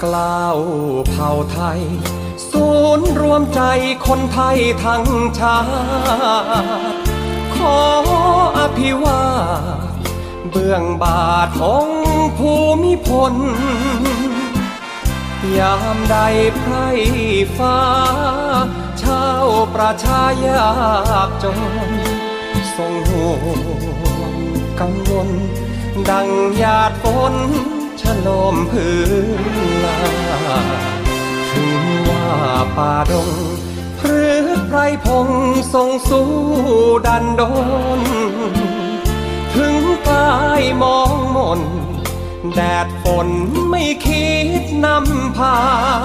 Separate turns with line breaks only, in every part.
กล้าวเผ่าไทยศูนย์รวมใจคนไทยทั้งชาติขออภิวาทเบื้องบาทองค์ภูมิพลยามใดไพร่ฟ้าชาวประชายากจนทรงห่วงกังวลดังหยาดฝนฉโลมพื้นลาถึงว่าป่าดงพฤกษ์ไพรพงทรงสู้ดันดนถึงกายมองมนแดดฝนไม่คิดนำพา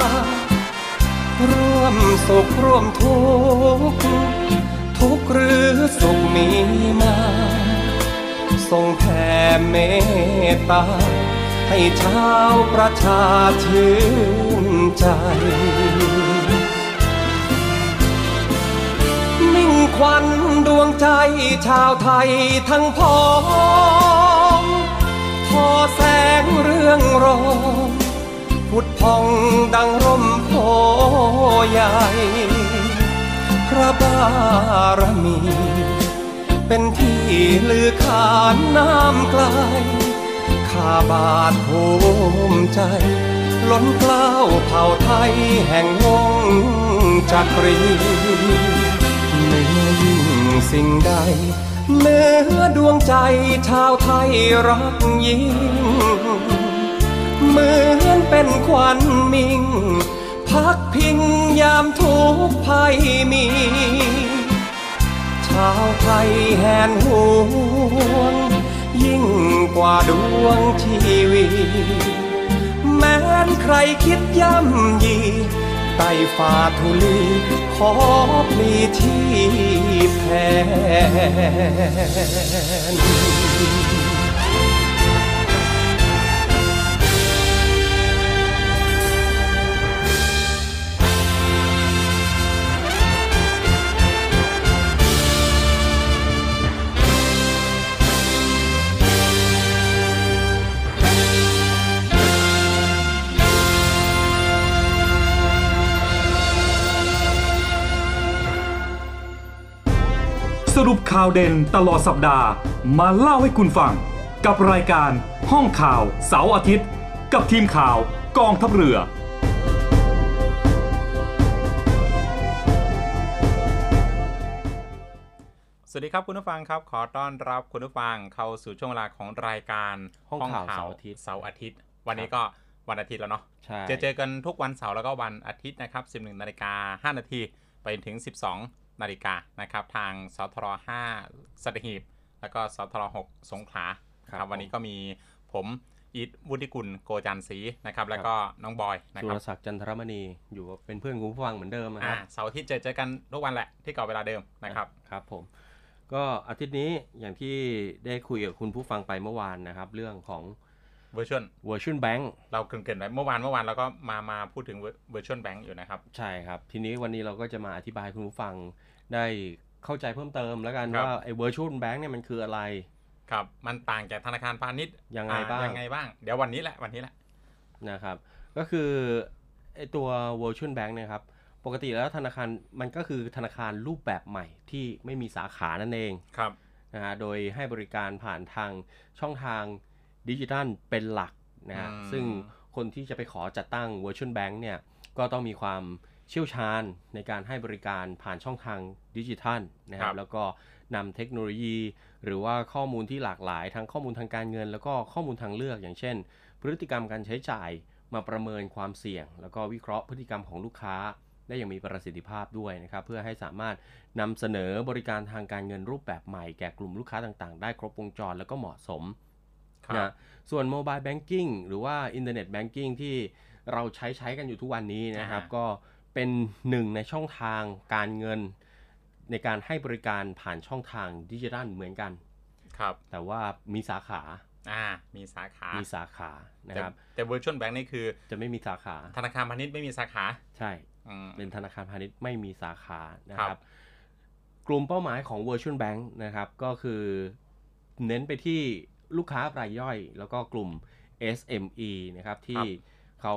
ร่วมสุขร่วมทุกข์ทุกข์หรือสุขมีมาทรงแผ่เมตตาให้ชาวประชาชื่นใจมิ่งขวัญดวงใจชาวไทยทั้งพ้องพอแสงเรื่องรองผุดพองดังร่มโพใหญ่พระบารมีเป็นที่ลือขานน้ำไกลข้าบาทภูมิใจล้นเกล้าเผ่าไทยแห่งวงจักรีเหนือยิ่งสิ่งใดเหนือดวงใจชาวไทยรักยิ่งเหมือนเป็นขวัญมิ่งพักพิงยามทุกข์ภัยมีชาวไทยแห่งห่วงยิ่งกว่าดวงชีวิตแม้นใครคิดย่ำยีใต้ฝ่าธุลีขอพลีที่แทน
สรุปข่าวเด่นตลอดสัปดาห์มาเล่าให้คุณฟังกับรายการห้องข่าวเสาร์อาทิตย์กับทีมข่าวกองทัพเรือ
สวัสดีครับคุณผู้ฟังครับขอต้อนรับคุณผู้ฟังเข้าสู่ช่วงเวลาของรายการ
ห้องข่าวเสาร์อาทิตย์
วันนี้ก็วันอาทิตย์แล้วเนาะเจอกันทุกวันเสาร์แล้วก็วันอาทิตย์นะครับ 11:05 น.ไปถึง 12:00 น.นะครับทางสทร5สัตหีบแล้วก็สทร6สงขลาครับวันนี้ก็มีผมอีทวุฒิกุลโกจันทร์ศรีนะครับแล้วก็น้องบอยนะครับ
สุรศักดิ์จันทรมณีอยู่เป็นเพื่อนคุณผู้ฟังเหมือนเดิมนะครับ
เสาร์อาทิตย์เจอกันทุกวันแหละที่เก่าเวลาเดิมนะครับ
ครับผมก็อาทิตย์นี้อย่างที่ได้คุยกับคุณผู้ฟังไปเมื่อวานนะครับเรื่องของVirtual Bank
เราเกริ่นๆไว้เมื่อวานเราก็มาพูดถึง Virtual Bank อยู่นะครับ
ใช่ครับทีนี้วันนี้เราก็จะมาอธิบายคุณผู้ฟังได้เข้าใจเพิ่มเติมแล้วกันว่าไอ้ Virtual Bank เนี่ยมันคืออะไร
ครับมันต่างจากธนาคารพาณิชย์
ยังไงบ้าง
เดี๋ยววันนี้แหละ
นะครับก็คือไอ้ตัว Virtual Bank เนี่ยครับปกติแล้วธนาคารมันก็คือธนาคารรูปแบบใหม่ที่ไม่มีสาขานั่นเอง
ครับ
นะฮะโดยให้บริการผ่านทางช่องทางดิจิทัลเป็นหลักนะฮะซึ่งคนที่จะไปขอจัดตั้ง Virtual Bank เนี่ยก็ต้องมีความเชี่ยวชาญในการให้บริการผ่านช่องทางดิจิทัลนะครับแล้วก็นำเทคโนโลยีหรือว่าข้อมูลที่หลากหลายทั้งข้อมูลทางการเงินแล้วก็ข้อมูลทางเลือกอย่างเช่นพฤติกรรมการใช้จ่ายมาประเมินความเสี่ยงแล้วก็วิเคราะห์พฤติกรรมของลูกค้าได้อย่างมีประสิทธิภาพด้วยนะครับเพื่อให้สามารถนำเสนอบริการทางการเงินรูปแบบใหม่แก่กลุ่มลูกค้าต่างๆได้ครบวงจรแล้วก็เหมาะสมนะส่วนโมบายแบงกิ้งหรือว่าอินเทอร์เน็ตแบงกิ้งที่เราใช้กันอยู่ทุกวันนี้นะครับก็เป็นหนึ่งในช่องทางการเงินในการให้บริการผ่านช่องทางดิจิทัลเหมือนกัน
ครับ
แต่ว่ามีสาขา
มีสาขา
นะครับ
แต่ Virtual Bank นี่คือ
จะไม่มีสาขา
ธนาคารพาณิชย์ไม่มีสาขา
ใช่เป็นธนาคารพาณิชย์ไม่มีสาขานะครับกลุ่มเป้าหมายของ Virtual Bank นะครับก็คือเน้นไปที่ลูกค้ารายย่อยแล้วก็กลุ่ม SME นะครับที่เขา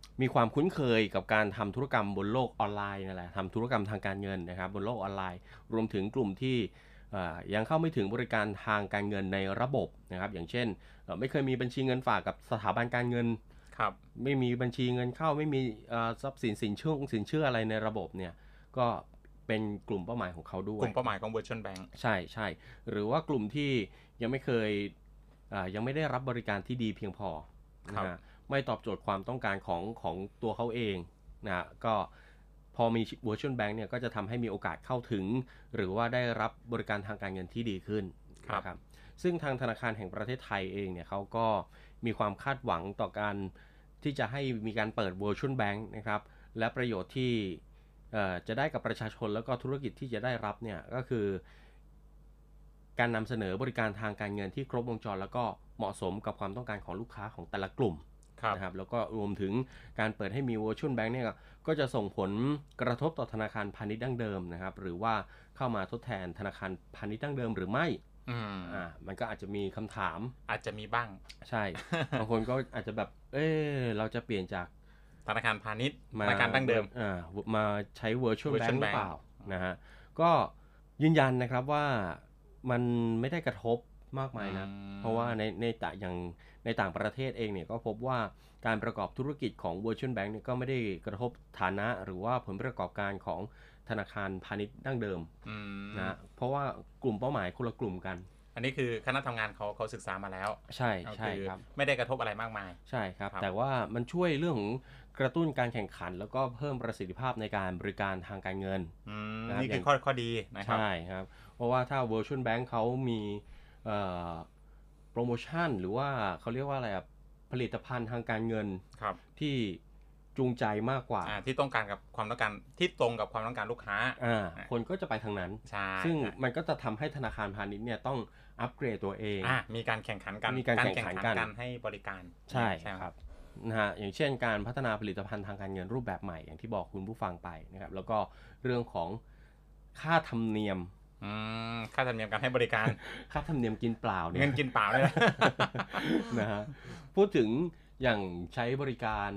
มีความคุ้นเคยกับการทำธุรกรรมบนโลกออนไลน์นั่นแหละทำธุรกรรมทางการเงินนะครับบนโลกออนไลน์รวมถึงกลุ่มที่ยังเข้าไม่ถึงบริการทางการเงินในระบบนะครับอย่างเช่นไม่เคยมีบัญชีเงินฝากกับสถาบันการเงิน
ครับ
ไม่มีบัญชีเงินเข้าไม่มีทรัพย์สินสินเชื่ออะไรในระบบเนี่ยก็เป็นกลุ่มเป้าหมายของเขาด้วย
กลุ่มเป้าหมายของ Virtual Bank
ใช่หรือว่ากลุ่มที่ยังไม่เคยยังไม่ได้รับบริการที่ดีเพียงพอนะไม่ตอบโจทย์ความต้องการของตัวเขาเองนะก็พอมี Virtual Bank เนี่ยก็จะทำให้มีโอกาสเข้าถึงหรือว่าได้รับบริการทางการเงินที่ดีขึ้นนะครับซึ่งทางธนาคารแห่งประเทศไทยเองเนี่ยเขาก็มีความคาดหวังต่อการที่จะให้มีการเปิด Virtual Bank นะครับและประโยชน์ที่จะได้กับประชาชนแล้วก็ธุรกิจที่จะได้รับเนี่ยก็คือการนำเสนอบริการทางการเงินที่ครบวงจรแล้วก็เหมาะสมกับความต้องการของลูกค้าของแต่ละกลุ่มนะครับแล้วก็รวมถึงการเปิดให้มี Virtual Bank เนี่ยก็จะส่งผลกระทบต่อธนาคารพาณิชย์ดั้งเดิมนะครับหรือว่าเข้ามาทดแทนธนาคารพาณิชย์ดั้งเดิมหรือไม่มันก็อาจจะมีคำถาม
อาจจะมีบ้าง
ใช่ บางคนก็อาจจะแบบเราจะเปลี่ยนจาก
ธนาคารพาณิชย์ธนาคารดั้งเดิม
มาใช้ Virtual Bank หรือเปล่านะฮะก็ยืนยันนะครับว่ามันไม่ได้กระทบมากมายนะเพราะว่าอย่างในต่างประเทศเองเนี่ยก็พบว่าการประกอบธุรกิจของ Virtual Bank เนี่ยก็ไม่ได้กระทบฐานะหรือว่าผลประกอบการของธนาคารพาณิชย์ดั้งเดิมนะเพราะว่ากลุ่มเป้าหมายคนละกลุ่มกัน
อันนี้คือคณะทำงานเขาศึกษามาแล้ว
ใช่ครับ
ไม่ได้กระทบอะไรมากมาย
ใช่ครับแต่ว่ามันช่วยเรื่องของกระตุ้นการแข่งขันแล้วก็เพิ่มประสิทธิภาพในการบริการทางการเงิน
นี่คือข้อดีนะครับ
ใช่ครับเพราะว่าถ้า Virtual Bank เขามีโปรโมชั่นหรือว่าเขาเรียกว่าอะไรผลิตภัณฑ์ทางการเงินที่จูงใจมากกว่า
ที่ต้องการกับความต้องการที่ตรงกับความต้องการลูกค้า
คนก็จะไปทางนั้นซึ่งมันก็จะทำให้ธนาคารพาณิชย์เนี่ยต้องอัปเกรดตัวเอง
มีการแข่งขันกันการให้บริการ
ใช่ครับนะฮะอย่างเช่นการพัฒนาผลิตภัณฑ์ทางการเงินรูปแบบใหม่อย่างที่บอกคุณผู้ฟังไปนะครับแล้วก็เรื่องของค่าธรรมเนียม
ค่าธรรมเนียมการให้บริการ
ค่าธรรมเนียมกินเปล่าเนี่ย
เงินกินเปล่าเลย
นะฮะพูดถึงอย่างใช้บริการ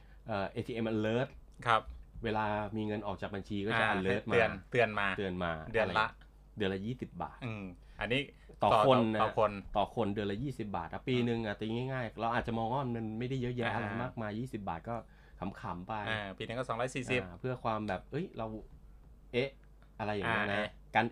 ATM alert
ครับ
เวลามีเงินออกจากบัญชีก็จะ alert
มาเตือนมา
เดือนละ20 บาท
อันน
ต่อคนเดือนละ20 บาทปีนึงตีง่ายๆเราอาจจะมองว่ามันไม่ได้เยอะแยะอะไรมากมาย20 บาทก็ขำๆไป
ปีนึงก็240
เพื่อความแบบเราอะไรอย่างเงี้ยนะกัน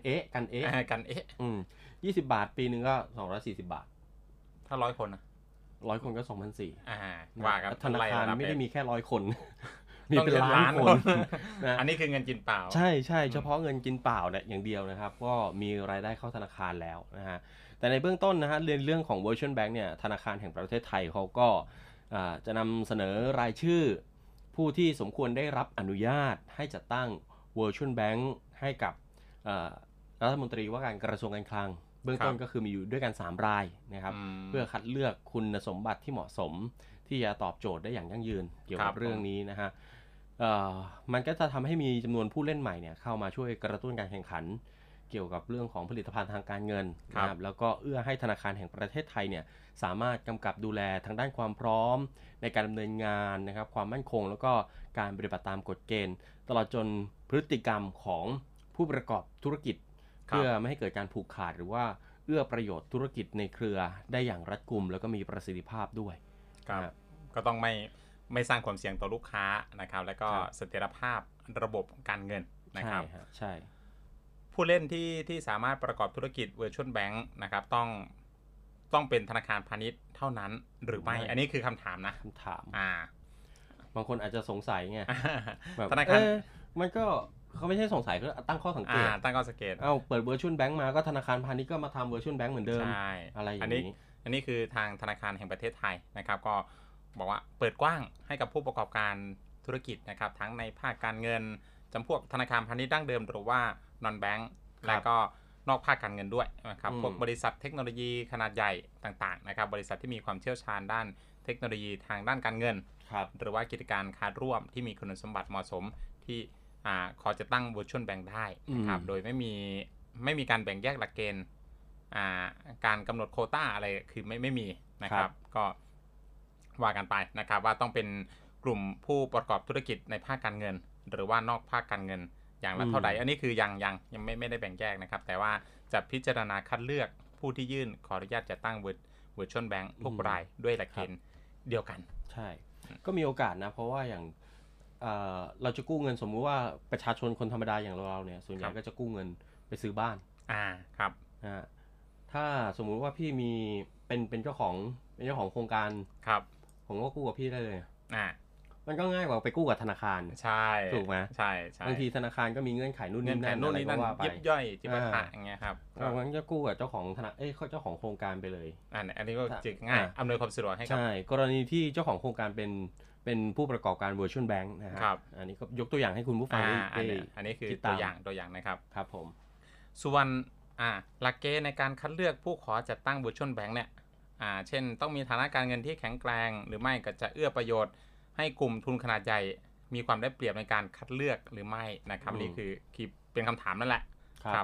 20 บาทปีนึงก็240 บาท
ถ้า100 คนนะ
100 คนก็ 2,400
ว่ากัน
ธนาคารไม่ได้มีแค่100 คนมี
เป็นล้านคนอันนี้คือเงินกินเปล่า
ใช่เฉพาะเงินกินเปล่าเนี่ยอย่างเดียวนะครับก็มีรายได้เข้าธนาคารแล้วนะฮะแต่ในเบื้องต้นนะฮะเรื่องของ Virtual Bank เนี่ยธนาคารแห่งประเทศไทยเขาก็จะนำเสนอรายชื่อผู้ที่สมควรได้รับอนุญาตให้จัดตั้ง Virtual Bank ให้กับรัฐมนตรีว่าการกระทรวงการคลังเบื้องต้นก็คือมีอยู่ด้วยกัน3 รายนะครับเพื่อคัดเลือกคุณสมบัติที่เหมาะสมที่จะตอบโจทย์ได้อย่างยั่งยืนเกี่ยวกับเรื่องนี้นะฮะมันก็จะทำให้มีจำนวนผู้เล่นใหม่เนี่ยเข้ามาช่วยกระตุ้นการแข่งขันเกี่ยวกับเรื่องของผลิตภัณฑ์ทางการเงินนะครับแล้วก็เอื้อให้ธนาคารแห่งประเทศไทยเนี่ยสามารถกำกับดูแลทางด้านความพร้อมในการดำเนินงานนะครับความมั่นคงแล้วก็การปฏิบัติตามกฎเกณฑ์ตลอดจนพฤติกรรมของผู้ประกอบธุรกิจเพื่อไม่ให้เกิดการผูกขาดหรือว่าเอื้อประโยชน์ธุรกิจในเครือได้อย่างรัดกุมแล้วก็มีประสิทธิภาพด้วย
ก็ต้องไม่สร้างความเสี่ยงต่อลูกค้านะครับแล้วก็เสถียรภาพระบบการเงินนะครับ
ใช่
ผู้เล่นที่สามารถประกอบธุรกิจ Virtual Bank นะครับต้องเป็นธนาคารพาณิชย์เท่านั้นหรือไม่อันนี้คือคำถามนะ
คำถามบางคนอาจจะสงสัยไง
ธนาคาร
มันก็เขาไม่ใช่สงสัยก็ตั้งข้อสังเกตเปิด Virtual Bank มาก็ธนาคารพาณิชย์ก็มาทำ Virtual Bank เหมือนเดิมอะไรอย่างนี้
อันนี้คือทางธนาคารแห่งประเทศไทยนะครับก็บอกว่าเปิดกว้างให้กับผู้ประกอบการธุรกิจนะครับทั้งในภาคการเงินจำพวกธนาคารพาณิชย์ดั้งเดิมหรือว่า non bank แล้วก็นอกภาคการเงินด้วยนะครับพวกบริษัทเทคโนโลยีขนาดใหญ่ต่างๆนะครับบริษัทที่มีความเชี่ยวชาญด้านเทคโนโลยีทางด้านการเงินหรือว่ากิจการค้าร่วมที่มีคุณสมบัติเหมาะสมที่ขอจะตั้ง Virtual Bank ได้นะครับโดยไม่มีการแบ่งแยกหลักเกณฑ์การกำหนดโควต้าอะไรคือไม่มีนะครับก็ว่ากันไปนะครับว่าต้องเป็นกลุ่มผู้ประกอบธุรกิจในภาคการเงินหรือว่านอกภาคการเงินอย่างละเท่าไหร่อันนี้คือยังไม่ได้แบ่งแยกนะครับแต่ว่าจะพิจารณาคัดเลือกผู้ที่ยื่นขออนุญาตจัดตั้งVirtual Bank ทุกรายด้วยหลักเกณฑ์เดียวกัน
ใช่ก็มีโอกาสนะเพราะว่าอย่างเราจะกู้เงินสมมุติว่าประชาชนคนธรรมดาอย่างเราเนี่ยส่วนใหญ่ก็จะกู้เงินไปซื้อบ้าน
ครับ
ถ้าสมมุติว่าพี่มีเป็นเจ้าของโครงการ
ครับ
ผมก็กู้กับพี่ได้เลยมันก็ง่ายกว่าไปกู้กับธนาคาร
ใช่
ถูกไหม
ใช่
บางทีธนาคารก็มีเงื่อนไขนู่นนี่นั่น
อะไรก็ว่าไปยิบย่อยจิปาถะอย่างเงี้ยครับ
งั้นจะกู้กับเจ้าของเจ้าของโครงการไปเลย
อันนี้ก็จิกง่ายอำนวยความสะดวกให้ครับ
ใช่กรณีที่เจ้าของโครงการเป็นผู้ประกอบการ Virtual Bank นะครับอันนี้ก็ยกตัวอย่างให้คุณผู้ฟังได้
อันนี้คือตัวอย่างนะครับ
ครับผม
ส่วนหลักเกณฑ์ในการคัดเลือกผู้ขอจัดตั้ง Virtual Bank เนี่ยเช่นต้องมีฐานะการเงินที่แข็งแกร่งหรือไม่ก็จะเอื้อประโยชน์ให้กลุ่มทุนขนาดใหญ่มีความได้เปรียบในการคัดเลือกหรือไม่นะครับนี่คือเป็นคำถามนั่นแหละครับ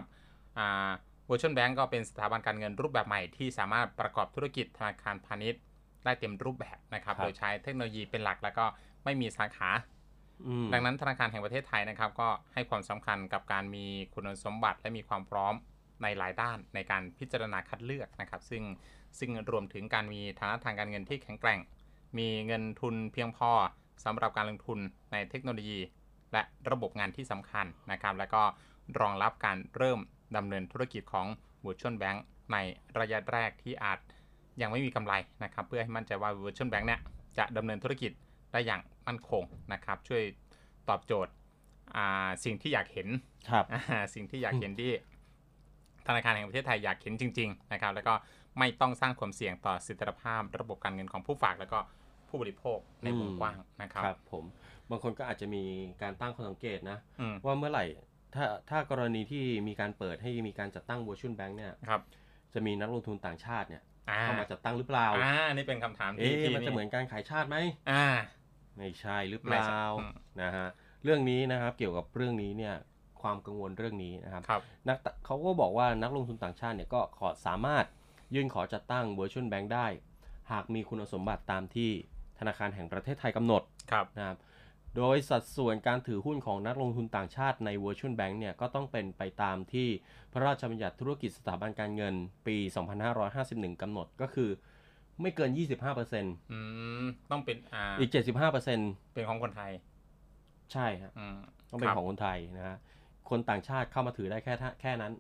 Virtual Bank ก็เป็นสถาบันการเงินรูปแบบใหม่ที่สามารถประกอบธุรกิจธนาคารพาณิชย์ได้เต็มรูปแบบนะครับโดยใช้เทคโนโลยีเป็นหลักแล้วก็ไม่มีสาขาดังนั้นธนาคารแห่งประเทศไทยนะครับก็ให้ความสำคัญกับการมีคุณสมบัติและมีความพร้อมในหลายด้านในการพิจารณาคัดเลือกนะครับซึ่งรวมถึงการมีฐานะทางการเงินที่แข็งแกร่งมีเงินทุนเพียงพอสำหรับการลงทุนในเทคโนโลยีและระบบงานที่สำคัญนะครับแล้วก็รองรับการเริ่มดำเนินธุรกิจของ Virtual Bank ในระยะแรกที่อาจยังไม่มีกำไรนะครับเพื่อให้มั่นใจว่า Virtual Bank เนี่ยจะดำเนินธุรกิจได้อย่างมั่นคงนะครับช่วยตอบโจทย์สิ่งที่อยากเห็นสิ่งที่อยากเห็นที่ธนาคารแห่งประเทศไทยอยากเห็นจริงๆนะครับแล้วก็ไม่ต้องสร้างความเสี่ยงต่อเสถียรภาพระบบการเงินของผู้ฝากแล้วก็ผู้บริโภคในวงกว้างนะครับ
ผมบางคนก็อาจจะมีการตั้งข้อสังเกตนะว่าเมื่อไหร่ถ้ากรณีที่มีการเปิดให้มีการจัดตั้ง Virtual Bank เนี่ยจะมีนักลงทุนต่างชาติเนี่ยเข้ามาจัดตั้งหรือเปล่า
นี่เป็นคำถาม
ที่มันจะเหมือนการขายชาติไหมไม่ใช่หรือเปล่านะฮะเรื่องนี้นะครับเกี่ยวกับเรื่องนี้เนี่ยความกังวลเรื่องนี้นะครับเขาก็บอกว่านักลงทุนต่างชาติเนี่ยก็สามารถยื่นขอจัดตั้ง Virtual Bank ได้หากมีคุณสมบัติตามที่ธนาคารแห่งประเทศไทยกำหนดนะครับโดยสัดส่วนการถือหุ้นของนักลงทุนต่างชาติใน Virtual Bank เนี่ยก็ต้องเป็นไปตามที่พระราชบัญญัติธุรกิจสถาบันการเงินปี 2551 กำหนดก็คือไม่เกิน 25%
ต้องเป็น
อีก 75%
เป็นของคนไทย
ใช่ครับต้องเป็นของคนไทยนะฮะคนต่างชาติเข้ามาถือได้แค่นั้น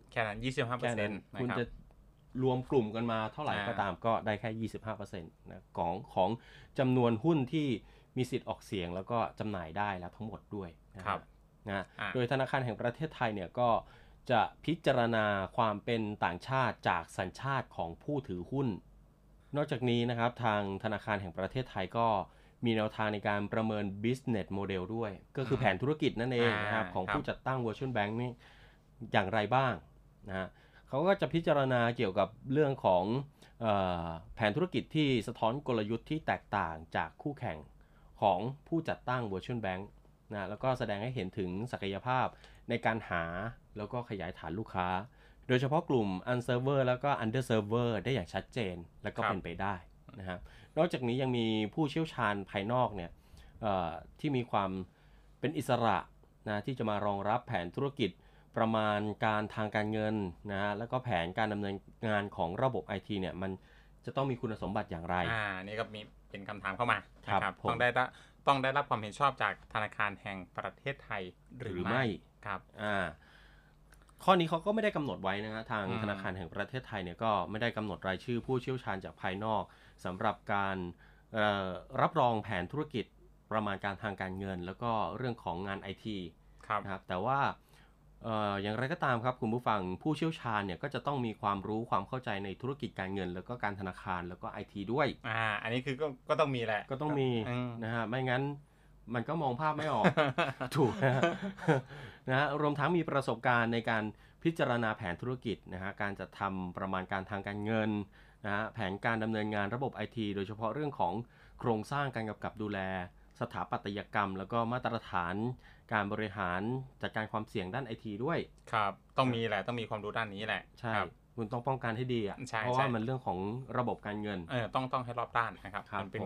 25%
คุณจะรวมกลุ่มกันมาเท่าไหร่ก็ตามก็ได้แค่ 25% นะของจำนวนหุ้นที่มีสิทธิ์ออกเสียงแล้วก็จำหน่ายได้แล้วทั้งหมดด้วยนะโดยธนาคารแห่งประเทศไทยเนี่ยก็จะพิจารณาความเป็นต่างชาติจากสัญชาติของผู้ถือหุ้นนอกจากนี้นะครับทางธนาคารแห่งประเทศไทยก็มีแนวทางในการประเมิน business model ด้วยก็คือแผนธุรกิจนั่นเองนะครับของผู้จัดตั้ง Virtual Bank นี่อย่างไรบ้างนะเขาก็จะพิจารณาเกี่ยวกับเรื่องของแผนธุรกิจที่สะท้อนกลยุทธ์ที่แตกต่างจากคู่แข่งของผู้จัดตั้ง Virtual Bank นะแล้วก็แสดงให้เห็นถึงศักยภาพในการหาแล้วก็ขยายฐานลูกค้าโดยเฉพาะกลุ่ม unserver แล้วก็ underserver ได้อย่างชัดเจนและก็เป็นไปได้นะครับนอกจากนี้ยังมีผู้เชี่ยวชาญภายนอกเนี่ยที่มีความเป็นอิสระนะที่จะมารองรับแผนธุรกิจประมาณการทางการเงินนะฮะแล้วก็แผนการดำเนินงานของระบบ IT เนี่ยมันจะต้องมีคุณสมบัติอย่างไร
นี่ก็มีเป็นคำถามเข้ามาครับต้องได้รับความเห็นชอบจากธนาคารแห่งประเทศไทยหรือไม่ครับ
ข้อนี้เขาก็ไม่ได้กำหนดไว้นะฮะทางธนาคารแห่งประเทศไทยเนี่ยก็ไม่ได้กำหนดรายชื่อผู้เชี่ยวชาญจากภายนอกสำหรับการรับรองแผนธุรกิจประมาณการทางการเงินแล้วก็เรื่องของงาน IT นะครับแต่ว่าอย่างไรก็ตามครับคุณผู้ฟังผู้เชี่ยวชาญเนี่ยก็จะต้องมีความรู้ความเข้าใจในธุรกิจการเงินแล้วก็การธนาคารแล้วก็ IT ด้วย
อันนี้คือก็ต้องมีแหละ
ก็ต้องมีนะฮะไม่งั้นมันก็มองภาพไม่ออก ถูกนะฮะรวมทั้งมีประสบการณ์ในการพิจารณาแผนธุรกิจนะฮะการจัดทำประมาณการทางการเงินนะฮะแผนการดำเนินงานระบบ IT โดยเฉพาะเรื่องของโครงสร้างการกำกับดูแลสถาปัตยกรรมแล้วก็มาตรฐานการบริหารจัดการความเสี่ยงด้าน IT ด้วย
ครับต้องมีแหละต้องมีความรู้ด้านนี้แหละ
ใช่คุณต้องป้องกันให้ดีอ่ะเพราะว่ามันเรื่องของระบบการเงิน
ต้องให้รอบด้านนะครับมันเป็น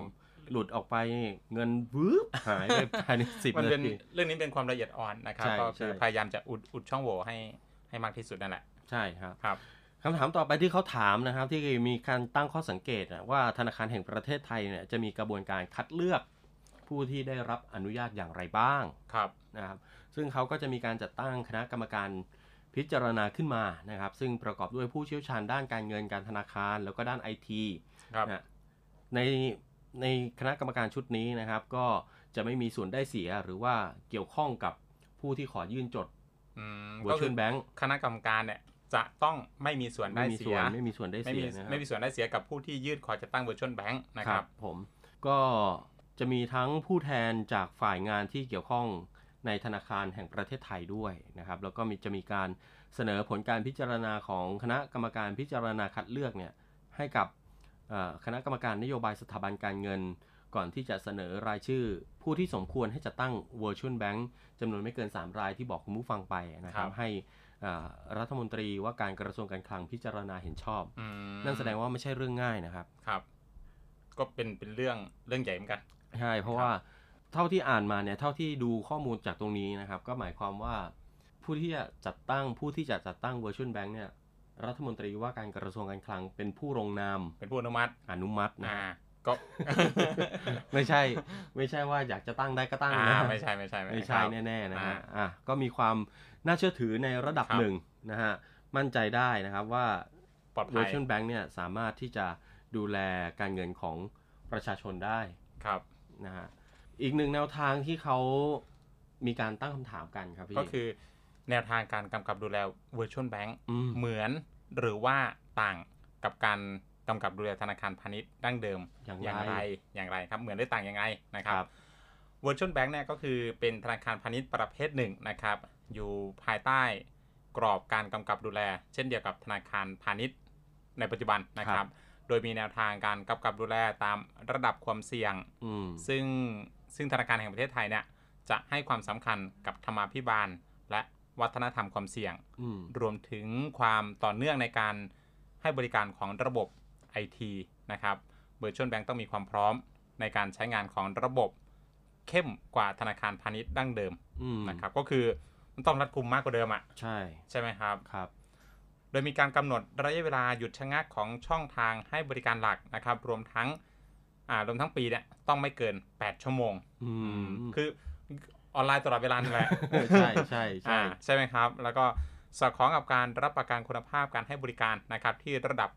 หลุดออกไปเงินวืบหายไปภายใน10 นาที
เรื่องนี้เป็นความละเอียดอ่อนนะครับก็คือพยายามจะอุดช่องโหว่ให้มากที่สุดนั่นแหละ
ใช่ครับ
ครับ
คำถามต่อไปที่เขาถามนะครับที่มีการตั้งข้อสังเกตว่าธนาคารแห่งประเทศไทยเนี่ยจะมีกระบวนการคัดเลือกผู้ที่ได้รับอนุญาตอย่างไรบ้างนะครับซึ่งเขาก็จะมีการจัดตั้งคณะกรรมการพิจารณาขึ้นมานะครับซึ่งประกอบด้วยผู้เชี่ยวชาญด้านการเงินการธนาคารแล้วก็ด้าน IT นะในคณะกรรมการชุดนี้นะครับก็จะไม่มีส่วนได้เสียหรือว่าเกี่ยวข้องกับผู้ที่ขอยื่นจดVirtual Bank
คณะกรรมการเนี่ยจะต้องไม่มีส่วนได้เสีย
ไม่มีส่วนได้เสีย
ไม่มีส่วนได้เสียกับผู้ที่ยื่นขอจัดตั้ง Virtual Bank นะครับ
ผมก็จะมีทั้งผู้แทนจากฝ่ายงานที่เกี่ยวข้องในธนาคารแห่งประเทศไทยด้วยนะครับแล้วก็จะมีการเสนอผลการพิจารณาของคณะกรรมการพิจารณาคัดเลือกเนี่ยให้กับคณะกรรมการนโยบายสถาบันการเงินก่อนที่จะเสนอรายชื่อผู้ที่สมควรให้จัดตั้ง Virtual Bank จำนวนไม่เกิน3รายที่บอกคุณผู้ฟังไปนะครับให้รัฐมนตรีว่าการกระทรวงการคลังพิจารณาเห็นชอบนั่นแสดงว่าไม่ใช่เรื่องง่ายนะครับ
ครับก็เป็นเรื่องใหญ่เหมือนกัน
ใช่เพราะว่าเท่าที่อ่านมาเนี่ยเท่าที่ดูข้อมูลจากตรงนี้นะครับก็หมายความว่าผู้ที่จะจัดตั้ง Virtual Bank เนี่ยรัฐมนตรีว่าการกระทรวงการคลังเป็นผู้ลงนาม
เป็นผู้อนุมัติ
นะ
ก็
ไม่ใช่ว่าอยากจะตั้งได้ก็ตั้งนะ
ไม่ใช่
แน่ๆนะฮะก็มีความน่าเชื่อถือในระดับหนึ่งนะฮะมั่นใจได้นะครับว่า Virtual Bank เนี่ยสามารถที่จะดูแลการเงินของประชาชนได้
ครับ
นะฮะอีกหนึ่งแนวทางที่เขามีการตั้งคำถามกันครับพี่
ก็คือแนวทางการกำกับดูแล Virtual Bank เหมือนหรือว่าต่างกับการกำกับดูแลธนาคารพาณิชย์ดั้งเดิมอย่างไรครับเหมือนได้ต่างยังไงนะครับ Virtual Bank เนี่ยก็คือเป็นธนาคารพาณิชย์ประเภทหนึ่งนะครับอยู่ภายใต้กรอบการกำกับดูแลเช่นเดียวกับธนาคารพาณิชย์ในปัจจุบันนะครับโดยมีแนวทางการกำกับดูแลตามระดับความเสี่ยงซึ่งธนาคารแห่งประเทศไทยเนี่ยจะให้ความสำคัญกับธรรมาภิบาลและวัฒนธรรมความเสี่ยงรวมถึงความต่อเนื่องในการให้บริการของระบบ IT นะครับ Virtual Bank ต้องมีความพร้อมในการใช้งานของระบบเข้มกว่าธนาคารพาณิชย์ดั้งเดิมนะครับก็คือมันต้องรัดกุมมากกว่าเดิมใช่ไหมครับโดยมีการกำหนดระยะเวลาหยุดชะงักของช่องทางให้บริการหลักนะครับรวมทั้งปีเนี่ยต้องไม่เกิน8ชั่วโมงคือออนไลน์ตลอดเวลานั่นแหละใช่ไหมครับแล้วก็สอดคล้องกับการรับประกันคุณภาพการให้บริการนะครับที่ระดับ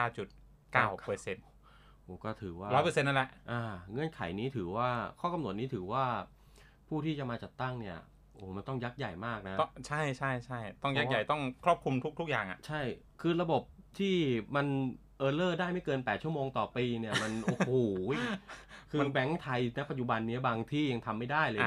99.9%
ก็ถือว่า
100% นั่นแหละ
เงื่อนไขนี้ถือว่าข้อกำหนดนี้ถือว่าผู้ที่จะมาจัดตั้งเนี่ยมันต้องยักษ์ใหญ่มากนะ
ใช่ต้องยักษ์ใหญ่ต้องครอบคลุมทุกอย่าง
ใช่คือระบบที่มันเออร์เลอร์ได้ไม่เกิน8ชั่วโมงต่อปีเนี่ยมันโอ้โหคือแบงก์ไทยณปัจจุบันนี้บางที่ยังทำไม่ได้เลย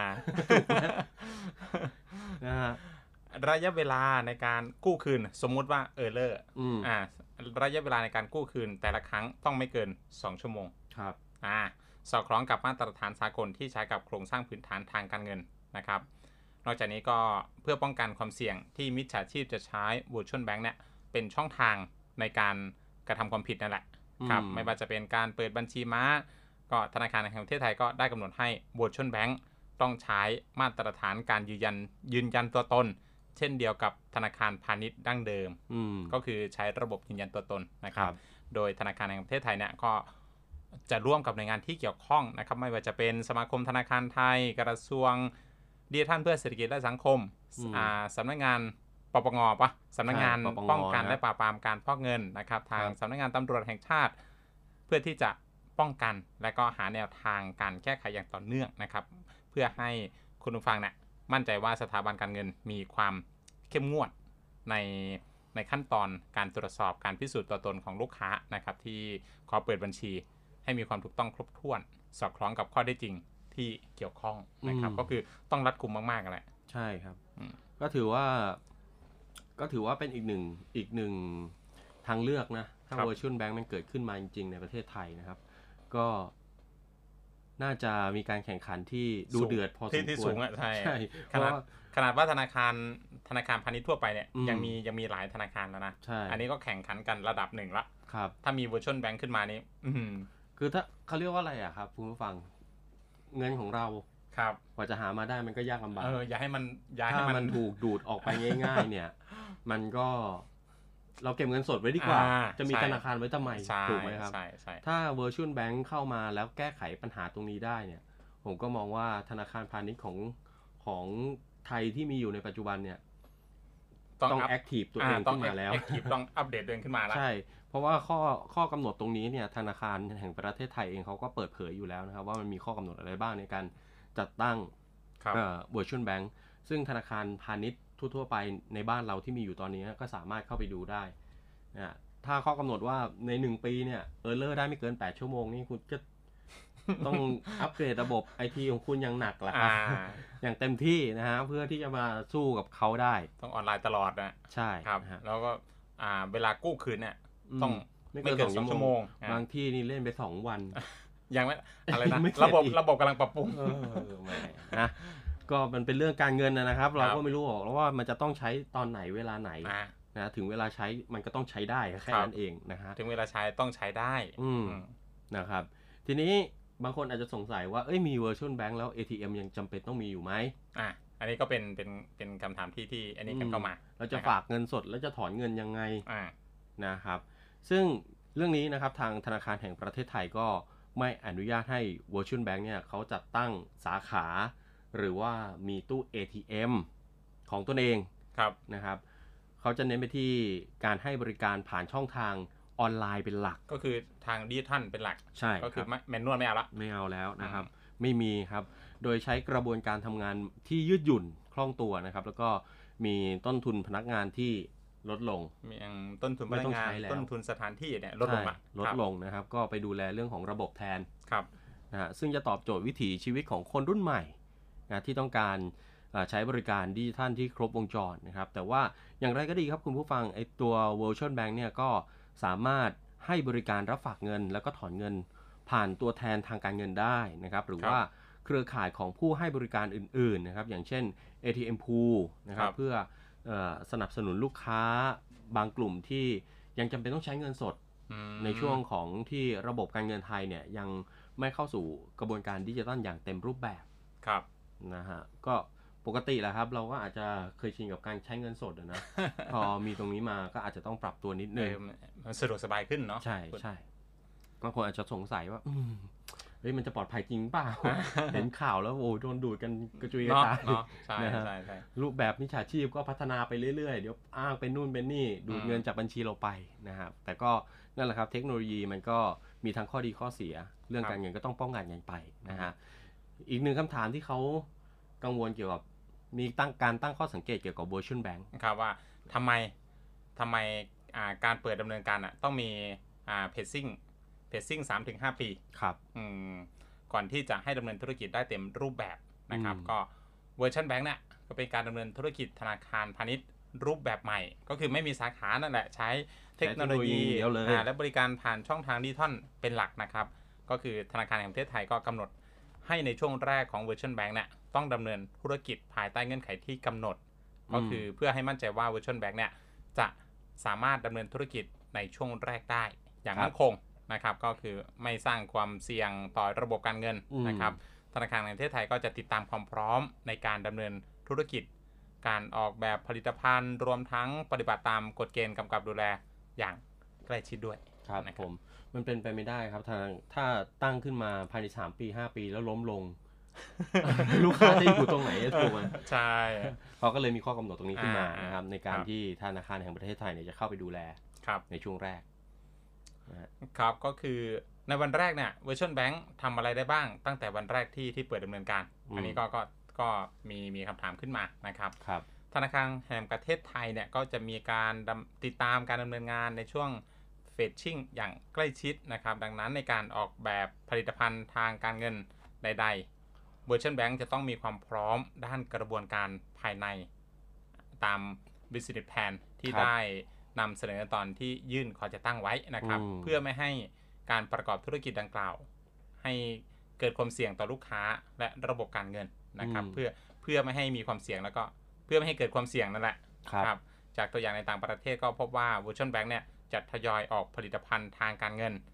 นะฮะระยะเวลาในการกู้คืนสมมุติว่าเออร์เลอร์ระยะเวลาในการกู้คืนแต่ละครั้งต้องไม่เกิน2ชั่วโมง
ครับ
สอดคล้องกับมาตรฐานสากลที่ใช้กับโครงสร้างพื้นฐานทางการเงินนะครับนอกจากนี้ก็เพื่อป้องกันความเสี่ยงที่มิจฉาชีพจะใช้ Virtual Bank เนี่ยเป็นช่องทางในการกระทำความผิดนั่นแหละครับไม่ว่าจะเป็นการเปิดบัญชีม้าก็ธนาคารแห่งประเทศไทยก็ได้กำหนดให้ Virtual Bank ต้องใช้มาตรฐานการยืนยันตัวตนเช่นเดียวกับธนาคารพาณิชย์ดั้งเดิมก็คือใช้ระบบยืนยันตัวตนนะครับโดยธนาคารแห่งประเทศไทยเนี่ยก็จะร่วมกับหน่วยงานที่เกี่ยวข้องนะครับไม่ว่าจะเป็นสมาคมธนาคารไทยกระทรวงดิจิทัลเพื่อเศรษฐกิจและสังคมสำนักงานปปงสำนักงานป้องกันและปราบปรามการฟอกเงินนะครับทางสำนักงานตำรวจแห่งชาติเพื่อที่จะป้องกันและก็หาแนวทางการแก้ไขอย่างต่อเนื่องนะครับเพื่อให้คุณผู้ฟังเนี่ยมั่นใจว่าสถาบันการเงินมีความเข้มงวดในขั้นตอนการตรวจสอบการพิสูจน์ตัวตนของลูกค้านะครับที่ขอเปิดบัญชีให้มีความถูกต้องครบถ้วนสอดคล้องกับข้อได้จริงที่เกี่ยวข้องนะครับก็คือต้องรัดกุมมากๆแหละ
ใช่ครับก็ถือว่าเป็นอีกหนึ่งทางเลือกนะถ้า Virtual Bank มันเกิดขึ้นมาจริงๆในประเทศไทยนะครับก็น่าจะมีการแข่งขันที่ดูเดือดพอสมควร
ที่สูงใช่ขนาดว่าธนาคารพาณิชย์ทั่วไปเนี่ยยังมีหลายธนาคารแล้วนะอันนี้ก็แข่งขันกันระดับหนึ่งละถ้ามี Virtual Bank ขึ้นมานี้
คือถ้าเขาเรียกว่าอะไรอะครับคุณผู้ฟังเงินของเรา
ครับ
กว่าจะหามาได้มันก็ยากลำบาก
อย่าให้มัน
ถ้ามันถูกดูดออกไปง่ายๆเนี่ยมันก็เราเก็บเงินสดไว้ดีกว่าจะมีธนาคารไว้ทำไมถูกไหมครับถ้า Virtual Bank เข้ามาแล้วแก้ไขปัญหาตรงนี้ได้เนี่ยผมก็มองว่าธนาคารพาณิชย์ของไทยที่มีอยู่ในปัจจุบันเนี่ยต้องแอคทีฟตัวเองขึ้นมาแล้ว
ต้องอัปเดตตัวเองขึ้นมาแล้ว
ใช่เพราะว่าข้อกำหนดตรงนี้เนี่ยธนาคารแห่งประเทศไทยเองเขาก็เปิดเผยอยู่แล้วนะครับว่ามันมีข้อกำหนดอะไรบ้างในการจัดตั้งVirtual Bank ซึ่งธนาคารพาณิชย์ทั่วๆไปในบ้านเราที่มีอยู่ตอนนี้ก็สามารถเข้าไปดูได้นะถ้าข้อกำหนดว่าใน1ปีเนี่ยเลอร์ได้ไม่เกิน8ชั่วโมงนี่คุณก็ต้องอัปเกรดระบบไอทีของคุณอย่างหนักละครับอย่างเต็มที่นะฮะเพื่อที่จะมาสู้กับเขาได้
ต้องออนไลน์ตลอดนะ
ใช่
ครับแล้วก็เวลากู้คืนเนี่ยต้องไม่เกิน2 ชั่วโมง
บางที่นี่เล่นไป2 วัน
ยังไม่อะไรนะระบบกำลังปรับปรุง
นะก็มันเป็นเรื่องการเงินนะครับเราก็ไม่รู้หรอกว่ามันจะต้องใช้ตอนไหนเวลาไหนนะถึงเวลาใช้มันก็ต้องใช้ได้แค่นั้นเองนะฮะ
ถึงเวลาใช้ต้องใช้ได้
นะครับทีนี้บางคนอาจจะสงสัยว่ามี Virtual Bank แล้ว ATM ยังจำเป็นต้องมีอยู่ไหม
อันนี้ก็เป็นคำถามที่อันนี้กันเข้ามา
เราจะฝากเงินสดแล้วจะถอนเงินยังไงนะครับซึ่งเรื่องนี้นะครับทางธนาคารแห่งประเทศไทยก็ไม่อนุญาตให้ Virtual Bank เนี่ยเขาจัดตั้งสาขาหรือว่ามีตู้ ATM ของตนเองนะครับเขาจะเน้นไปที่การให้บริการผ่านช่องทางออนไลน์เป็นหลัก
ก็คือทางดิจิทัลเป็นหลัก
ใช่
ก็คือแมนนวลไม่เอา
แล้วนะครับไม่มีครับโดยใช้กระบวนการทำงานที่ยืดหยุ่นคล่องตัวนะครับแล้วก็มีต้นทุนพนักงานที่ลดลง
มีต้นทุนพนักงานต้นทุนสถานที่เนี่ยลด
ลงนะครับก็ไปดูแลเรื่องของระบบแทน
ครับ
นะฮะซึ่งจะตอบโจทย์วิถีชีวิตของคนรุ่นใหม่นะที่ต้องการใช้บริการดิจิทัลที่ครบวงจรนะครับแต่ว่าอย่างไรก็ดีครับคุณผู้ฟังไอตัว Virtual Bank เนี่ยก็สามารถให้บริการรับฝากเงินแล้วก็ถอนเงินผ่านตัวแทนทางการเงินได้นะครับหรือว่าเครือข่ายของผู้ให้บริการอื่นๆนะครับอย่างเช่น ATM Pool นะครับเพื่อสนับสนุนลูกค้าบางกลุ่มที่ยังจำเป็นต้องใช้เงินสดในช่วงของที่ระบบการเงินไทยเนี่ยยังไม่เข้าสู่กระบวนการดิจิทัลอย่างเต็มรูปแบบนะฮะก็ปกติแหละครับเราก็อาจจะเคยชินกับการใช้เงินสดนะ พอมีตรงนี้มาก็อาจจะต้องปรับตัวนิดนึง
มันสะดวกสบายขึ้นเนาะ
ใช่บางคนอาจจะสงสัยว่ามันจะปลอดภัยจริงเปล่า เห็นข่าวแล้วโอ้โดนดูดกันกระจุยกระจาย
ใช่
รูปแบบมิจฉาชีพก็พัฒนาไปเรื่อยๆเดี๋ยวอ้างเป็นนู่นเป็นนี่ดูดเงินจากบัญชีเราไปนะครับแต่ก็นั่นแหละครับเทคโนโลยีมันก็มีทั้งข้อดีข้อเสียเรื่องการเงินก็ต้องป้องกันกันไปนะฮะอีกหนึ่งคำถามที่เขากังวลเกี่ยวกับมีการตั้งข้อสังเกตเกี่ยวกับ Virtual Bank
ครับว่าทำไมการเปิดดำเนินการต้องมีเพจซิ่ง 3-5 ปี
ครับ
ก่อนที่จะให้ดำเนินธุรกิจได้เต็มรูปแบบนะครับก็ Virtual Bank เนี่ยก็เป็นการดำเนินธุรกิจธนาคารพาณิชย์รูปแบบใหม่ก็คือไม่มีสาขานั่นแหละใช้เทคโนโลยีและบริการผ่านช่องทางดิจิทัลเป็นหลักนะครับก็คือธนาคารแห่งประเทศไทยก็กำหนดให้ในช่วงแรกของ Virtual Bank เนี่ยต้องดำเนินธุรกิจภายใต้เงื่อนไขที่กำหนดก็คือเพื่อให้มั่นใจว่า Virtual Bank เนี่ยจะสามารถดำเนินธุรกิจในช่วงแรกได้อย่างมั่นคงนะครับก็คือไม่สร้างความเสี่ยงต่อระบบการเงินนะครับธนาคารแห่งประเทศไทยก็จะติดตามความพร้อมในการดำเนินธุรกิจการออกแบบผลิตภัณฑ์รวมทั้งปฏิบัติตามกฎเกณฑ์กำกับดูแลอย่างใกล้ชิดด้วย
ครับผมมันเป็นไปไม่ได้ครับถ้าตั้งขึ้นมาภายใน3 ปี 5 ปีแล้วล้มลง ลูกค้าจะอยู่ตรงไหนถูกไหม
ใช่
เขาก็เลยมีข้อกำหนดตรงนี้ขึ้นมานะครับในการที่ธนาคารแห่งประเทศไทยเนี่ยจะเข้าไปดูแลในช่วงแรก
ครับก็คือในวันแรกเนี่ย Virtual Bank ทำอะไรได้บ้างตั้งแต่วันแรกที่เปิดดำเนินการอันนี้ก็มีคำถามขึ้นมานะครับธนาคารแห่งประเทศไทยเนี่ยก็จะมีการติดตามการดำเนินงานในช่วงเฟชชิ่งอย่างใกล้ชิดนะครับดังนั้นในการออกแบบผลิตภัณฑ์ทางการเงินใดๆ Virtual Bank จะต้องมีความพร้อมด้านกระบวนการภายในตาม Business Plan ที่ได้นำเสนอตอนที่ยื่นขอจะตั้งไว้นะครับเพื่อไม่ให้การประกอบธุรกิจดังกล่าวให้เกิดความเสี่ยงต่อลูกค้าและระบบการเงินนะครับเพื่อไม่ให้มีความเสี่ยงแล้วก็เพื่อไม่ให้เกิดความเสี่ยงนั่นแหละครับจากตัวอย่างในต่างประเทศก็พบว่า Virtual Bank เนี่ยจะทยอยออกผลิตภัณฑ์ทางการเงิน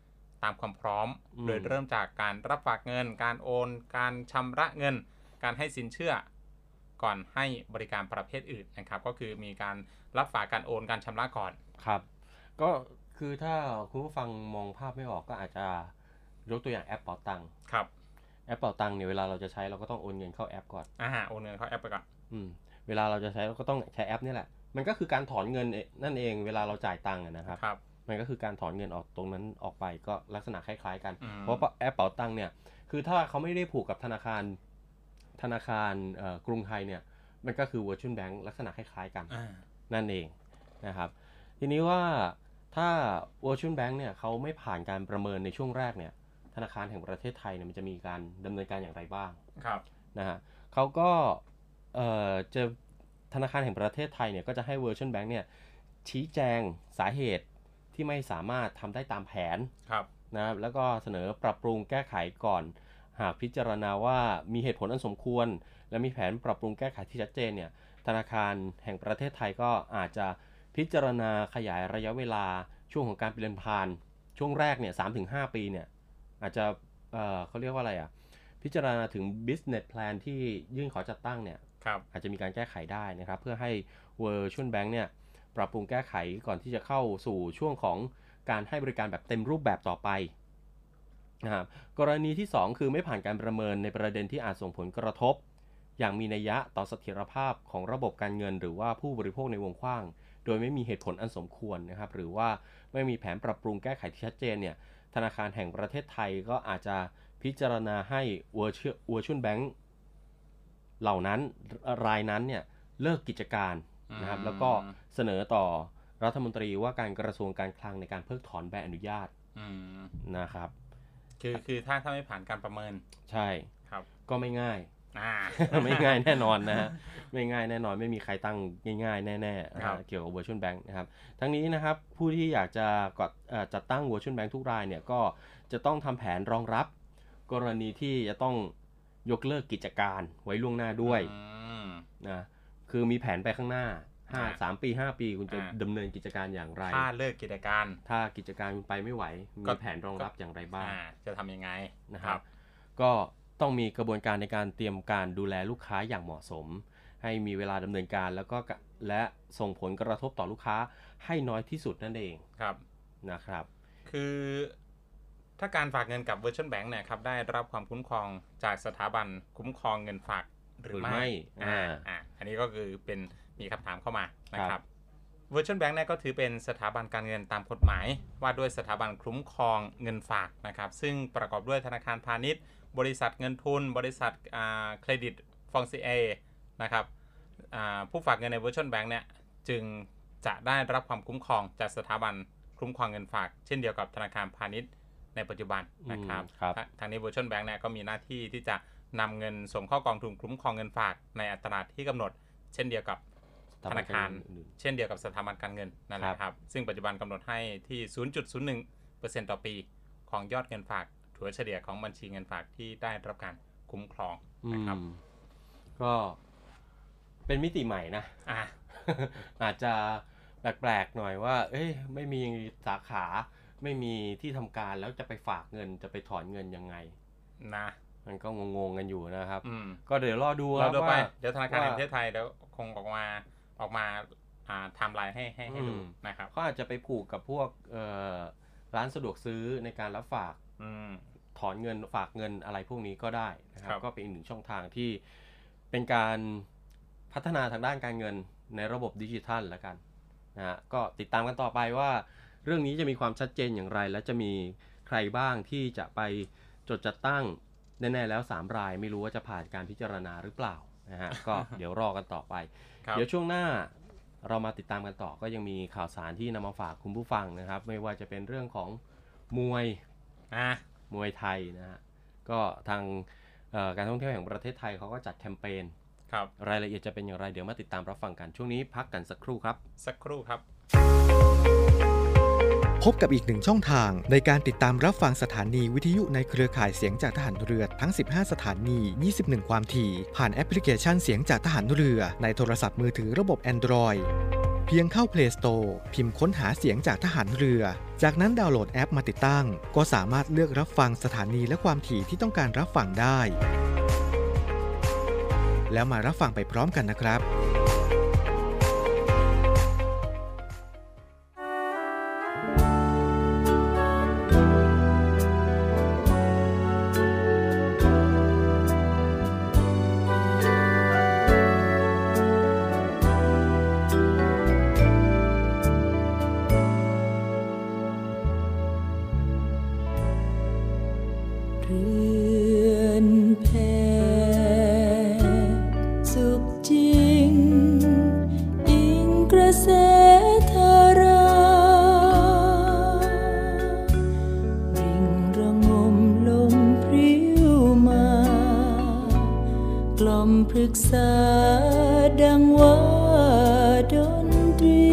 ตามความพร้อมโดยเริ่มจากการรับฝากเงินการโอนการชำระเงินการให้สินเชื่อก่อนให้บริการประเภทอื่นนะครับก็คือมีการรับฝากการโอนการชำระก่อน
ครับก็คือถ้าคุณผู้ฟังมองภาพไม่ออกก็อาจจะยกตัวอย่างแอปเป๋าตังค์
ครับ
แอปเป๋าตังค์เนี่ยเวลาเราจะใช้เราก็ต้องโอนเงินเข้าแอปก่อน
โอนเงินเข้าแอปไปก่อน
เวลาเราจะใช้เราก็ต้องใช้แอปนี่แหละมันก็คือการถอนเงินนั่นเองเวลาเราจ่ายตังค์นะครับมันก็คือการถอนเงินออกตรงนั้นออกไปก็ลักษณะคล้ายๆกันเพราะแอปเป๋าตังค์เนี่ยคือถ้าเขาไม่ได้ผูกกับธนาคารกรุงไทยเนี่ยมันก็คือ Virtual Bank ลักษณะคล้ายๆกันนั่นเองนะครับทีนี้ว่าถ้า Virtual Bank เนี่ยเขาไม่ผ่านการประเมินในช่วงแรกเนี่ยธนาคารแห่งประเทศไทยเนี่ยมันจะมีการดำเนินการอย่างไรบ้าง
ครับ
นะฮะเขาก็จะธนาคารแห่งประเทศไทยเนี่ยก็จะให้ Virtual Bank เนี่ยชี้แจงสาเหตุที่ไม่สามารถทำได้ตามแผนนะครับแล้วก็เสนอปรับปรุงแก้ไขก่อนหากพิจารณาว่ามีเหตุผลอันสมควรและมีแผนปรับปรุงแก้ไขที่ชัดเจนเนี่ยธนาคารแห่งประเทศไทยก็อาจจะพิจารณาขยายระยะเวลาช่วงของการเปลี่ยนผ่านช่วงแรกเนี่ย 3-5 ปีเนี่ยอาจจะเขาเรียกว่าอะไรพิจารณาถึง business plan ที่ยื่นขอจัดตั้งเนี่ยอาจจะมีการแก้ไขได้นะครับเพื่อให้ Virtual Bank เนี่ยปรับปรุงแก้ไขก่อนที่จะเข้าสู่ช่วงของการให้บริการแบบเต็มรูปแบบต่อไปนะครับกรณีที่2คือไม่ผ่านการประเมินในประเด็นที่อาจส่งผลกระทบอย่างมีนัยยะต่อเสถียรภาพของระบบการเงินหรือว่าผู้บริโภคในวงกว้างโดยไม่มีเหตุผลอันสมควรนะครับหรือว่าไม่มีแผนปรับปรุงแก้ไขที่ชัดเจนเนี่ยธนาคารแห่งประเทศไทยก็อาจจะพิจารณาให้ Virtual Bank เหล่านั้นรายนั้นเนี่ยเลิกกิจการนะครับแล้วก็เสนอต่อรัฐมนตรีว่าการกระทรวงการคลังในการเพิกถอนใบอนุญาตนะครับ
คือถ้าไม่ผ่านการประเมิน
ใช่
ครับ
ก็ไม่ง่ายไม่ง่ายแน่นอนนะฮะไม่ง่ายแน่นอนไม่มีใครตั้งง่ายๆแน่ๆเกี่ยวกับ Virtual Bank นะครับทั้งนี้นะครับผู้ที่อยากจะจัดตั้ง Virtual Bank ทุกรายเนี่ยก็จะต้องทำแผนรองรับกรณีที่จะต้องยกเลิกกิจการไว้ล่วงหน้าด้วยนะคือมีแผนไปข้างหน้า3 ปี 5 ปีคุณจะดำเนินกิจการอย่างไร
ถ้าเลิกกิจการ
ถ้ากิจการคุณไปไม่ไหวมีแผนรองรับอย่างไรบ้าง
จะทำยังไง
นะครับก็ต้องมีกระบวนการในการเตรียมการดูแลลูกค้าอย่างเหมาะสมให้มีเวลาดำเนินการและส่งผลกระทบต่อลูกค้าให้น้อยที่สุดนั่นเองนะครับ
คือถ้าการฝากเงินกับ Virtual Bank เนี่ยครับได้รับความคุ้มครองจากสถาบันคุ้มครองเงินฝากหรือไม่อันนี้ก็คือเป็นมีคำถามเข้ามานะครับ Virtual Bank เนี่ยก็ถือเป็นสถาบันการเงินตามกฎหมายว่าด้วยสถาบันคุ้มครองเงินฝากนะครับซึ่งประกอบด้วยธนาคารพาณิชย์บริษัทเงินทุนบริษัทเครดิตฟองซีเอนะครับผู้ฝากเงินใน Virtual Bank เนี่ยจึงจะได้รับความคุ้มครองจากสถาบันคุ้มครองเงินฝากเช่นเดียวกับธนาคารพาณิชย์ในปัจจุบันนะครับทางนี้ Virtual Bank เนี่ยก็มีหน้าที่ที่จะนำเงินส่งเข้ากองทุนคุ้มครองเงินฝากในอัตราที่กำหนดเช่นเดียวกับธนาคารเช่นเดียวกับสถาบันการเงินนั่นแหละครับซึ่งปัจจุบันกำหนดให้ที่ 0.01% ต่อปีของยอดเงินฝากถัวเฉลี่ยของบัญชีเงินฝากที่ได้รับการคุ้มครองนะครับ
ก็เป็นมิติใหม่นะอาจจะแปลกๆหน่อยว่าไม่มีสาขาไม่มีที่ทำการแล้วจะไปฝากเงินจะไปถอนเงินยังไง
นะ
มันก็งงๆกันอยู่นะครับก็เดี๋ยวรอดู
ว่าเดี๋ยวธนาคารแห่งประเทศไทยเดี๋ยวคงออกมาไทม์ไลน์ให้ดูนะครับ
เขาอาจจะไปผูกกับพวกร้านสะดวกซื้อในการรับฝากถอนเงินฝากเงินอะไรพวกนี้ก็ได้นะครับก็เป็นอีกหนึ่งช่องทางที่เป็นการพัฒนาทางด้านการเงินในระบบดิจิทัลแล้วกันนะฮะก็ติดตามกันต่อไปว่าเรื่องนี้จะมีความชัดเจนอย่างไรและจะมีใครบ้างที่จะไปจดจัดตั้งแน่ๆแล้ว3 รายไม่รู้ว่าจะผ่านการพิจารณาหรือเปล่านะฮะก็เดี๋ยวรอกันต่อไปเดี๋ยวช่วงหน้าเรามาติดตามกันต่อก็ยังมีข่าวสารที่นำมาฝากคุณผู้ฟังนะครับไม่ว่าจะเป็นเรื่องของมวยไทยนะฮะก็ทางการท่องเที่ยวแห่งประเทศไทยเขาก็จัดแคมเปญรายละเอียดจะเป็นอย่างไรเดี๋ยวมาติดตามรับฟังกันช่วงนี้พักกันสักครู่ครับ
พบกับอีกหนึ่งช่องทางในการติดตามรับฟังสถานีวิทยุในเครือข่ายเสียงจากทหารเรือทั้ง15สถานี21ความถี่ผ่านแอปพลิเคชันเสียงจากทหารเรือในโทรศัพท์มือถือระบบ Android เพียงเข้า Play Store พิมพ์ค้นหาเสียงจากทหารเรือจากนั้นดาวน์โหลดแอปมาติดตั้งก็สามารถเลือกรับฟังสถานีและความถี่ที่ต้องการรับฟังได้แล้วมารับฟังไปพร้อมกันนะครับ
ปรึกษาดังว่าดนตรี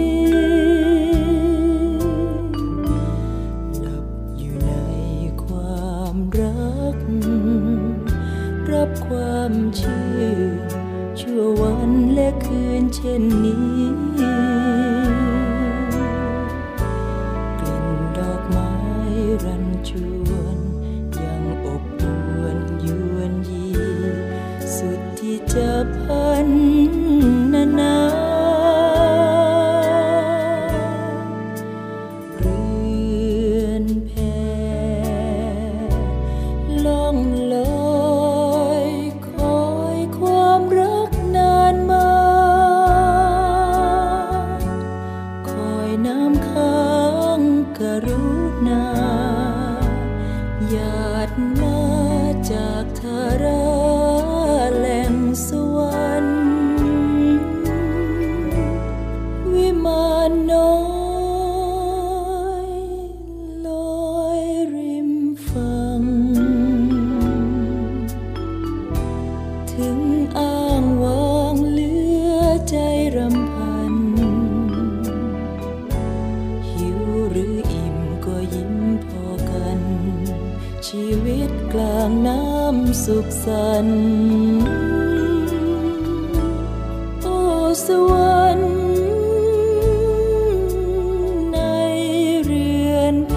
หลับอยู่ในความรักรับความชื่นชั่ววันและคืนเช่นนี้กลิ่นดอกไม้รันจวนยังอบอวนยวนยีสุดที่จะพันนาเรือนแพล่องลอยคอยความรักนานมาคอยน้ำค้างกรุณาหยาดมาจากทาราแหล่งสวรรค์วิมานน้อยลอยริมฝั่งถึงอ้างว้างเหลือใจรำพันหิวหรืออิ่มก็ยิ้มพอกันชีวิตกลางน้ำสุขสันต์โอ้สวรรค์ในเรือนแพ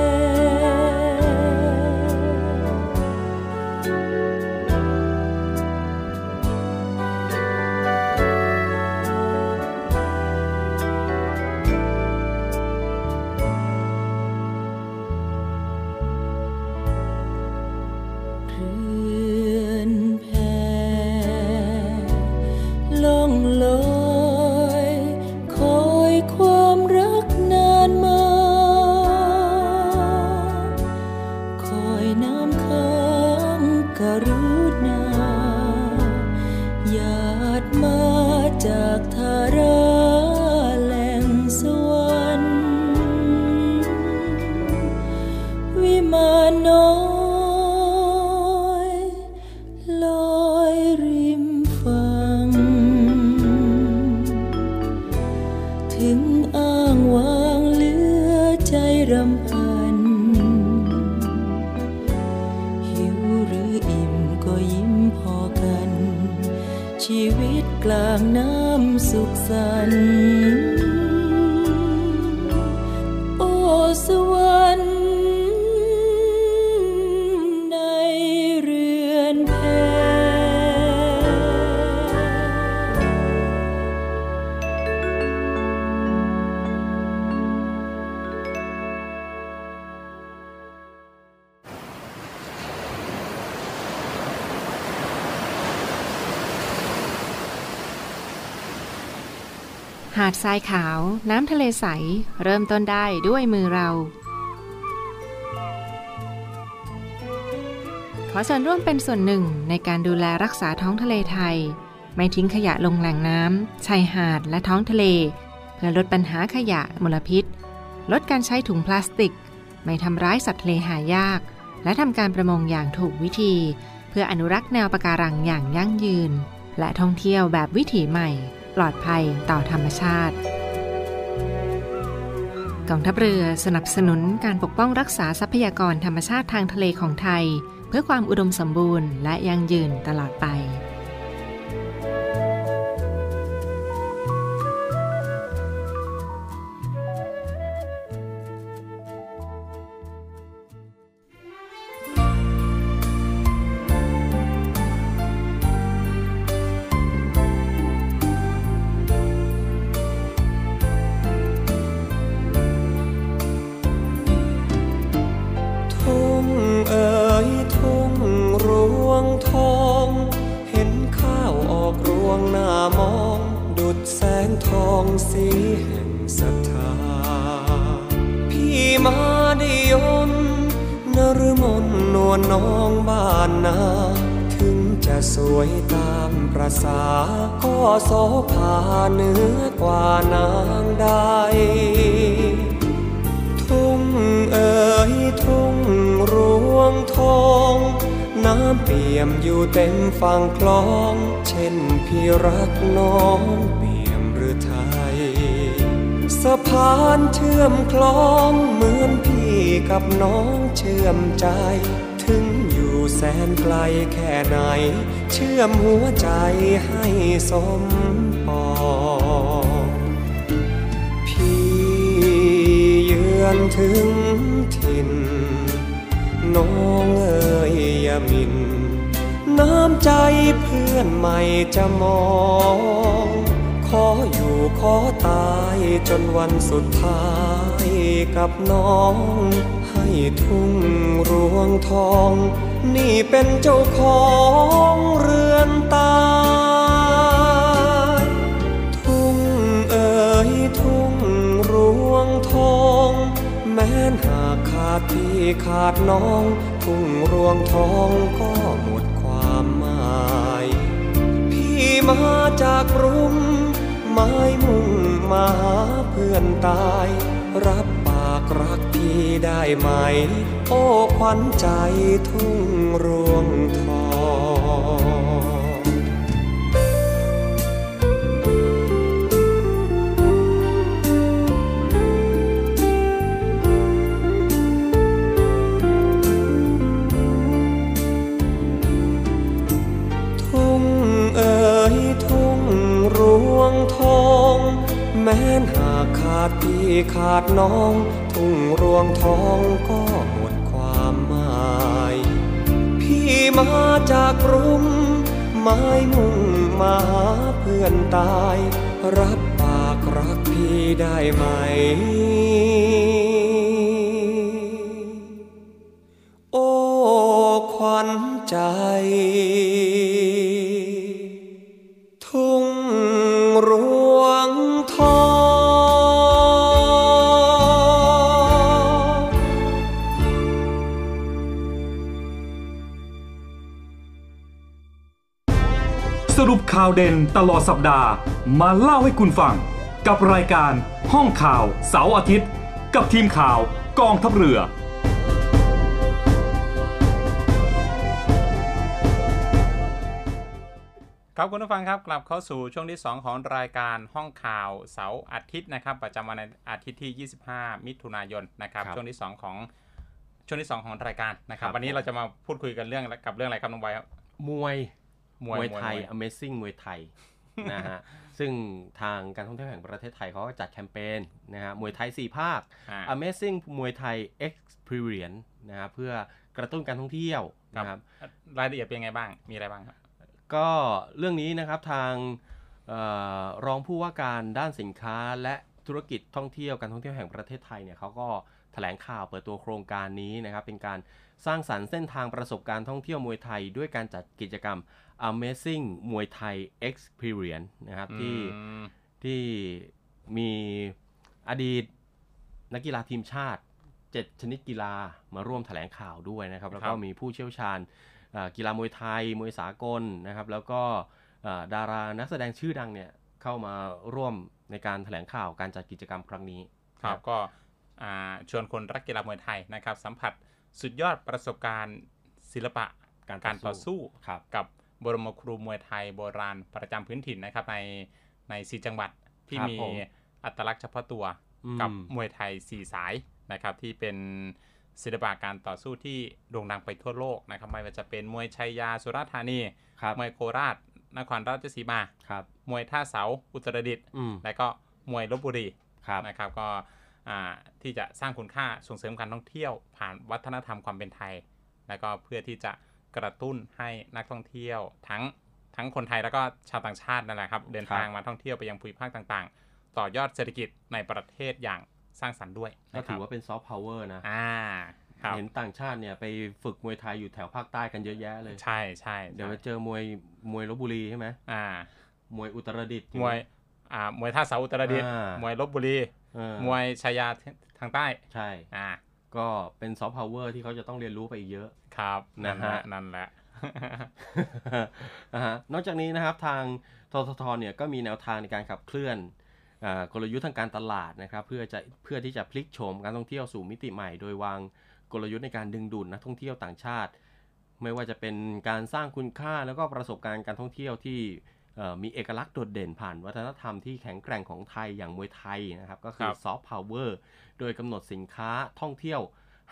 ล่องลอยคอยความรักนานมาคอยน้ำค้างกรุณาหยาดมาจากทาราแหล่งสวรรค์วิมานน้อยลอยริมฝั่งถึงอ้างว้างเหลือใจรำพันหิวหรืออิ่มก็ยิ้มพอกันชีวิตกลางน้ำสุขสันต์โอ้สวรรค์ในเรือนแพ
หาดทรายขาวน้ำทะเลใสเริ่มต้นได้ด้วยมือเราขอเชิญร่วมเป็นส่วนหนึ่งในการดูแลรักษาท้องทะเลไทยไม่ทิ้งขยะลงแหล่งน้ำชายหาดและท้องทะเลเพื่อลดปัญหาขยะมลพิษลดการใช้ถุงพลาสติกไม่ทำร้ายสัตว์ทะเลหายากและทำการประมงอย่างถูกวิธีเพื่ออนุรักษ์แนวปะการังอย่างยั่งยืนและท่องเที่ยวแบบวิถีใหม่ปลอดภัยต่อธรรมชาติกองทัพเรือสนับสนุนการปกป้องรักษาทรัพยากรธรรมชาติทางทะเลของไทยเพื่อความอุดมสมบูรณ์และยั่งยืนตลอดไป
สีแห่งศรัทธาพี่มาได้ยนนฤมลนวลน้องบ้านนาถึงจะสวยตามประสาก็โสภาเหนือกว่านางใดทุ่งเอ๋ยทุ่งรวงทองน้ำเปี่ยมอยู่เต็มฝั่งคลองเช่นพี่รักน้องเปี่ยมหรือไทยสะพานเชื่อมคลองเหมือนพี่กับน้องเชื่อมใจถึงอยู่แสนไกลแค่ไหนเชื่อมหัวใจให้สมปองพี่เยือนถึงถิ่นน้องเอ๋ยอย่าหมิ่นน้ำใจเพื่อนใหม่จะมองขออยู่ขอตายจนวันสุดท้ายกับน้องให้ทุ่งรวงทองนี่เป็นเจ้าของเรือนตายทุ่งเอ๋ยทุ่งรวงทองแม้นหากขาดพี่ขาดน้องทุ่งรวงทองก็หมดความหมายพี่มาจากกรุงไม้มุ่งมาหาเพื่อนตายรับปากรักพี่ได้ไหมโอ้ขวัญใจทุ่งรวงทองทุ่งเอ๋ยทุ่งรวงทองแม้นหากขาดพี่ขาดน้องทุ่งรวงทองก็หมดความหมายพี่มาจากกรุงไม้มุ่งมาหาเพื่อนตายรับปากรักพี่ได้ไหมโอ้ขวัญใจทุ่งรวงทอง
สรุปข่าวเด่นตลอดสัปดาห์มาเล่าให้คุณฟังกับรายการห้องข่าวเสาร์อาทิตย์กับทีมข่าวกองทัพเรือ
ครับคุณผู้ฟังครับกลับเข้าสู่ช่วงที่2ของรายการห้องข่าวเสาร์อาทิตย์นะครับประจำวันอาทิตย์ที่25มิถุนายนนะครับช่วงที่2ของรายการนะครับวันนี้เราจะมาพูดคุยกันเรื่องอะไรครับน้องไบครับ
มวยไทย Amazing มวยไทย นะฮะซึ่งทางการท่องเที่ยวแห่งประเทศไทยเขาก็จัดแคมเปญนะฮะมวยไทย4ภาค Amazing มวยไทย Experience นะฮะเพื่อกระตุ้นการท่องเที่ยวนะครับ
รายละเอียดเป็นไงบ้างมีอะไรบ้างครับ
ก็เรื่องนี้นะครับทางรองผู้ว่าการด้านสินค้าและธุรกิจท่องเที่ยวการท่องเที่ยวแห่งประเทศไทยเนี่ยเขาก็แถลงข่าวเปิดตัวโครงการนี้นะครับเป็นการสร้างสรรค์เส้นทางประสบการณ์ท่องเที่ยวมวยไทยด้วยการจัดกิจกรรม Amazing มวยไทย Experience นะครับที่มีอดีตนักกีฬาทีมชาติ7ชนิดกีฬามาร่วมแถลงข่าวด้วยนะครับแล้วก็มีผู้เชี่ยวชาญกีฬามวยไทยมวยสากลนะครับแล้วก็ดารานักแสดงชื่อดังเนี่ยเข้ามาร่วมในการแถลงข่าวการจัดกิจกรรมครั้งนี้
ครับก็ชวนคนรักกีฬามวยไทยนะครับสัมผัสสุดยอดประสบการณ์ศิลปะการต่อสู้กับบรมครูมวยไทยโบราณประจำพื้นถิ่นนะครับใน4จังหวัดที่มีอัตลักษณ์เฉพาะตัวกับมวยไทย4สายนะครับที่เป็นศิลปะการต่อสู้ที่โด่งดังไปทั่วโลกนะครับไม่ว่าจะเป็นมวยชัยยาสุราษฎร์ธานีมวยโคราชนครราชสีมามวยท่าเสาอุตรดิตถ์และก็มวยลพบุรีนะครับก็ที่จะสร้างคุณค่าส่งเสริมการท่องเที่ยวผ่านวัฒนธรรมความเป็นไทยแล้วก็เพื่อที่จะกระตุ้นให้นักท่องเที่ยวทั้งคนไทยแล้วก็ชาวต่างชาตินั่นแหละครับเดินทางมาท่องเที่ยวไปยังภูมิภาคต่างๆต่อยอดเศรษฐกิจในประเทศอย่างสร้างสรรค์ด้วย
ก็ถือว่าเป็นซอฟต์พาวเวอร์นะเห็นต่างชาติเนี่ยไปฝึกมวยไทยอยู่แถวภาคใต้กันเยอะแยะเลย
ใช่
เดี๋ยวไปเจอมวยลพบุรีใช่ไหมมวยอุตรดิตถ์
มวยมวยท่าเสาอุตรดิตถ์มวยลพบุรีมวยชายาทางใต้
ใช่ก็เป็นซอฟต์พาวเวอร์ที่เขาจะต้องเรียนรู้ไปอีกเยอะ
ครับนั่นแหละ
นอกจากนี้นะครับทางททท.เนี่ยก็มีแนวทางในการขับเคลื่อนกลยุทธ์ทางการตลาดนะครับเพื่อที่จะพลิกโฉมการท่องเที่ยวสู่มิติใหม่โดยวางกลยุทธ์ในการดึงดูดนักท่องเที่ยวต่างชาติไม่ว่าจะเป็นการสร้างคุณค่าแล้วก็ประสบการณ์การท่องเที่ยวที่มีเอกลักษณ์โดดเด่นผ่านวัฒนธรรมที่แข็งแกร่งของไทยอย่างมวยไทยนะครับก็คือซอฟต์พาวเวอร์โดยกำหนดสินค้าท่องเที่ยว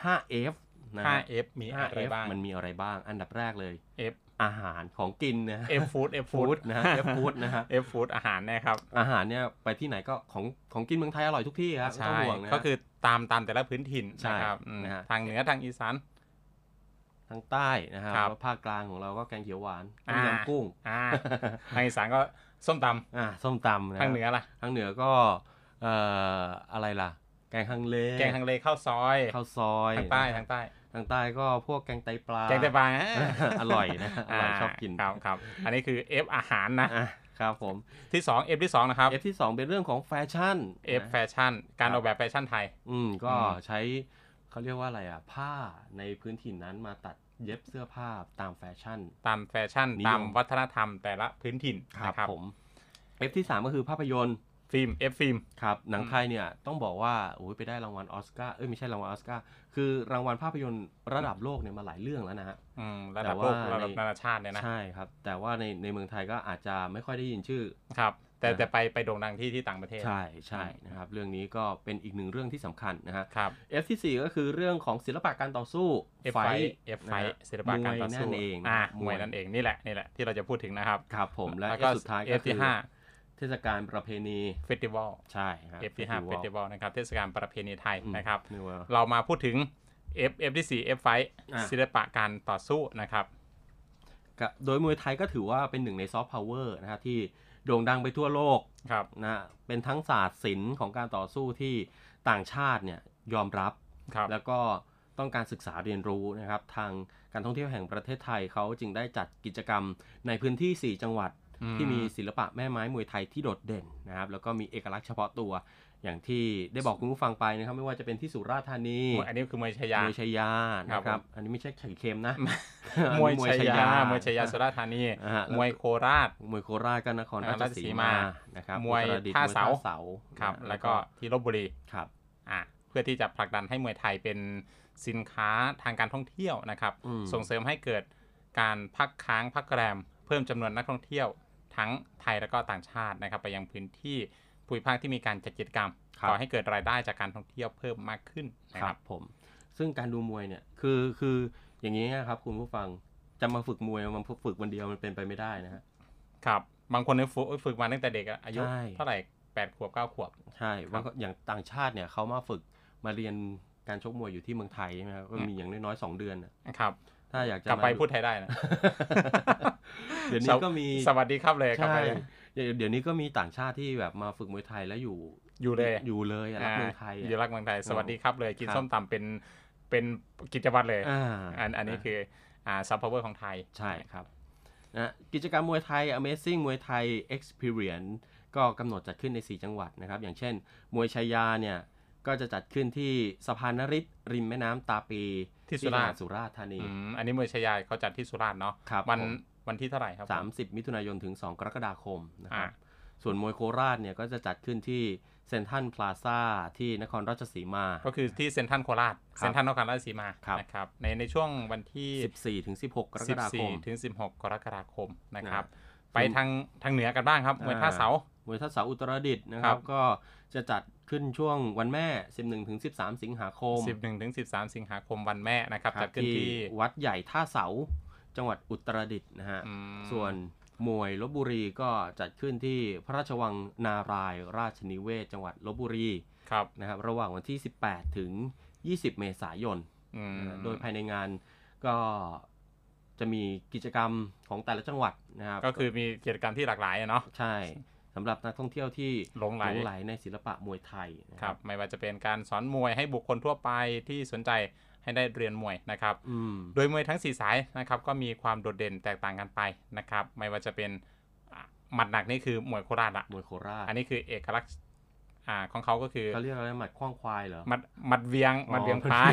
5F
นะ 5F มีอะไรบ้าง
มันมีอะไรบ้างอันดับแรกเลย
F
อาหารของกินนะ
F food
นะฮะ F food นะฮะ
F food อาหารนะครับ
อาหารเนี่ยไปที่ไหนก็ของกินเมืองไทยอร่อยทุกที่ครับ
ไม่ต้องห่วงนะก็คือตามแต่ละพื้นถิ่นนะครับทางเหนือทางอีสาน
ทางใต้นะครับภาคกลางของเราก็แกงเขียวหวานต้มยำกุ้ง
ทางอีสานก็ส้มต
ำส้มตำ
ทางเหนือล่ะ
ทางเหนือก็อะไรล่ะแกงฮังเล
ข้าวซอยทางใต้
ทางใต้ก็พวกแกงไตปลาอร่อยนะอร่อยชอบกิน
ครับอันนี้คือ F อาหาร
นะครับผม
ที่2 F ที่2นะครับ
F ที่2เป็นเรื่องของแฟชั่น
F แฟชั่นการออกแบบแฟชั่นไทย
ก็ใช้เขาเรียกว่าอะไรผ้าในพื้นถิ่นนั้นมาตัดเย็บเสื้อผ้าตามแฟชั่น
ตามวัฒนธรรมแต่ละพื้นถิ่น
นะครับผม F ที่3ก็คือภาพยนตร์
ฟิล์ม F ฟิล์ม
ครับหนังไทยเนี่ยต้องบอกว่าโอ้ยไปได้รางวัลออสการ์ไม่ใช่รางวัลออสการ์คือรางวัลภาพยนตร์ระดับโลกเนี่ยมาหลายเรื่องแล้วนะฮะ
ระดับโลกระดับนานาชาติเนี่ยนะ
ใช่ครับแต่ว่าในเมืองไทยก็อาจจะไม่ค่อยได้ยินชื่อ
ครับแต่ไปโด่งดังที่ต่างประเทศ
ใช่นะครับเรื่องนี้ก็เป็นอีกหนึ่งเรื่องที่สำคัญนะฮะ
ครับ
F ที่4ก็คือเรื่องของศิลปะการต่อสู้
F ไฟศิลปะการต่อสู้มวยนั่นเองนี่แหละที่เราจะพูดถึงนะครับ
ครับผมและสุดท้ายก็คือเทศกาลประเพณี
เฟสติวัล
ใช่ครับ
F ที่5เฟสติวัลนะครับเทศกาลประเพณีไทยนะครับเรามาพูดถึง F ที่4 F ไฟศิลปะการต่อสู้นะครับ
โดยมวยไทยก็ถือว่าเป็นหนึ่งในซอฟต์พาวเวอร์นะครับที่โด่งดังไปทั่วโลกนะเป็นทั้งศาสตร์ศิลป์ของการต่อสู้ที่ต่างชาติเนี่ยยอมรับแล้วก็ต้องการศึกษาเรียนรู้นะครับทางการท่องเที่ยวแห่งประเทศไทยเขาจึงได้จัดกิจกรรมในพื้นที่4จังหวัดที่มีศิลปะแม่ไม้มวยไทยที่โดดเด่นนะครับแล้วก็มีเอกลักษณ์เฉพาะตัวอย่างที่ได้บอกคุณผู้ฟังไปนะครับไม่ว่าจะเป็นที่สุราษฎร์ธานี
อันนี้คือมวยช
ายานะครับอันนี้ไม่ใช่ไข่เค็มนะ
มวยชายาสุราษฎร์ธานีมวยโคราช
ก็นครราชสีมานะครับ
มวยท่าเสาครับแล้วก็ที่ลพบุรี
ครับ
เพื่อที่จะผลักดันให้มวยไทยเป็นสินค้าทางการท่องเที่ยวนะครับส่งเสริมให้เกิดการพักค้างพักแรมเพิ่มจำนวนนักท่องเที่ยวทั้งไทยและก็ต่างชาตินะครับไปยังพื้นที่ภูมิภาคที่มีการจัดกิจกรรมก่อให้เกิดรายได้จากการท่องเที่ยวเพิ่มมากขึ้น
นะครับผมซึ่งการดูมวยเนี่ยคืออย่างนี้ครับคุณผู้ฟังจะมาฝึกมวยมันฝึกวันเดียวมันเป็นไปไม่ได้นะฮะ
ครับบางคนเนี่ยฝึกมาตั้งแต่เด็กอายุเท่าไหร่8 ขวบ 9 ขวบ
ใช่อย่างต่างชาติเนี่ยเขามาฝึกมาเรียนการชกมวยอยู่ที่เมืองไทยใช่ไหมครับก็มีอย่างน้อยๆ2 เดือน
นะครับ
ถ้าอยากจะ
กลับไปพูดไทยได้นะ
เดี๋ยวนี้ก็มี
สวัสดีครับเลยกลับไป
เดี๋ยวนี้ก็มีต่างชาติที่แบบมาฝึกมวยไทยแล้วอยู่เลยรักเมืองไทย
อยู่รักเมืองไทยสวัสดีครับเลยกินส้มตำเป็นกิจวัตรเลยอันนี้คือซอฟต์พาวเวอร์ของไทย
ใช่ครับนะกิจกรรมมวยไทย Amazing มวยไทย Experience ก็กำหนดจัดขึ้นใน4จังหวัดนะครับอย่างเช่นมวยชายาเนี่ยก็จะจัดขึ้นที่สะพานนฤทธิ์ริมแม่น้ำตาปี
ที่สุ
ราษฎร์ธานี
อันนี้มวยชายาเขาจัดที่สุราษฎร์เนาะวันที่เท่าไหร่ครับ
30 มิถุนายนถึง2 กรกฎาคมนะครับส่วนมวยโคราชเนี่ยก็จะจัดขึ้นที่เซ็นทรัลพลาซ่าที่นครราชสีมา
ก็คือที่เซ็นทรัลโคราชเซ็นทรัลนครราชสีมานะครับในช่วงวันที่
14 ถึง 16 กรกฎาคม
ถึง16 กรกฎาคมนะครับไปทางเหนือกันบ้างครับมวยท่าเสา
อุตรดิตถ์นะครับก็จะจัดขึ้นช่วงวันแม่11 ถึง 13 สิงหาคม
11 ถึง 13 สิงหาคมวันแม่นะครับจัดขึ้นที่
วัดใหญ่ท่าเสาจังหวัดอุตรดิตถ์นะฮะส่วนมวยลพบุรีก็จัดขึ้นที่พระราชวังนารายณ์ราชนิเวศจังหวัดลพบุรีนะครับระหว่างวันที่18 ถึง 20 เมษายนโดยภายในงานก็จะมีกิจกรรมของแต่ละจังหวัดนะครับ
ก็คือมีกิจกรรมที่หลากหลายเนาะ
ใช่สำหรับนักท่องเที่ยวที่หลงไหลในศิลปะมวยไทย
ครับไม่ว่าจะเป็นการสอนมวยให้บุคคลทั่วไปที่สนใจให้ได้เรียนมวยนะครับโดยมวยทั้ง4 สายนะครับก็มีความโดดเด่นแตกต่างกันไปนะครับไม่ว่าจะเป็นหมัดหนักนี่คือมวยโคราชละ
มวยโคราช
อันนี้คือเอกลักษณ์ของเขาก็คือ
เขาเรียกอะไรหมัดคว้างควายเหรอ
หมัดเวียงพาย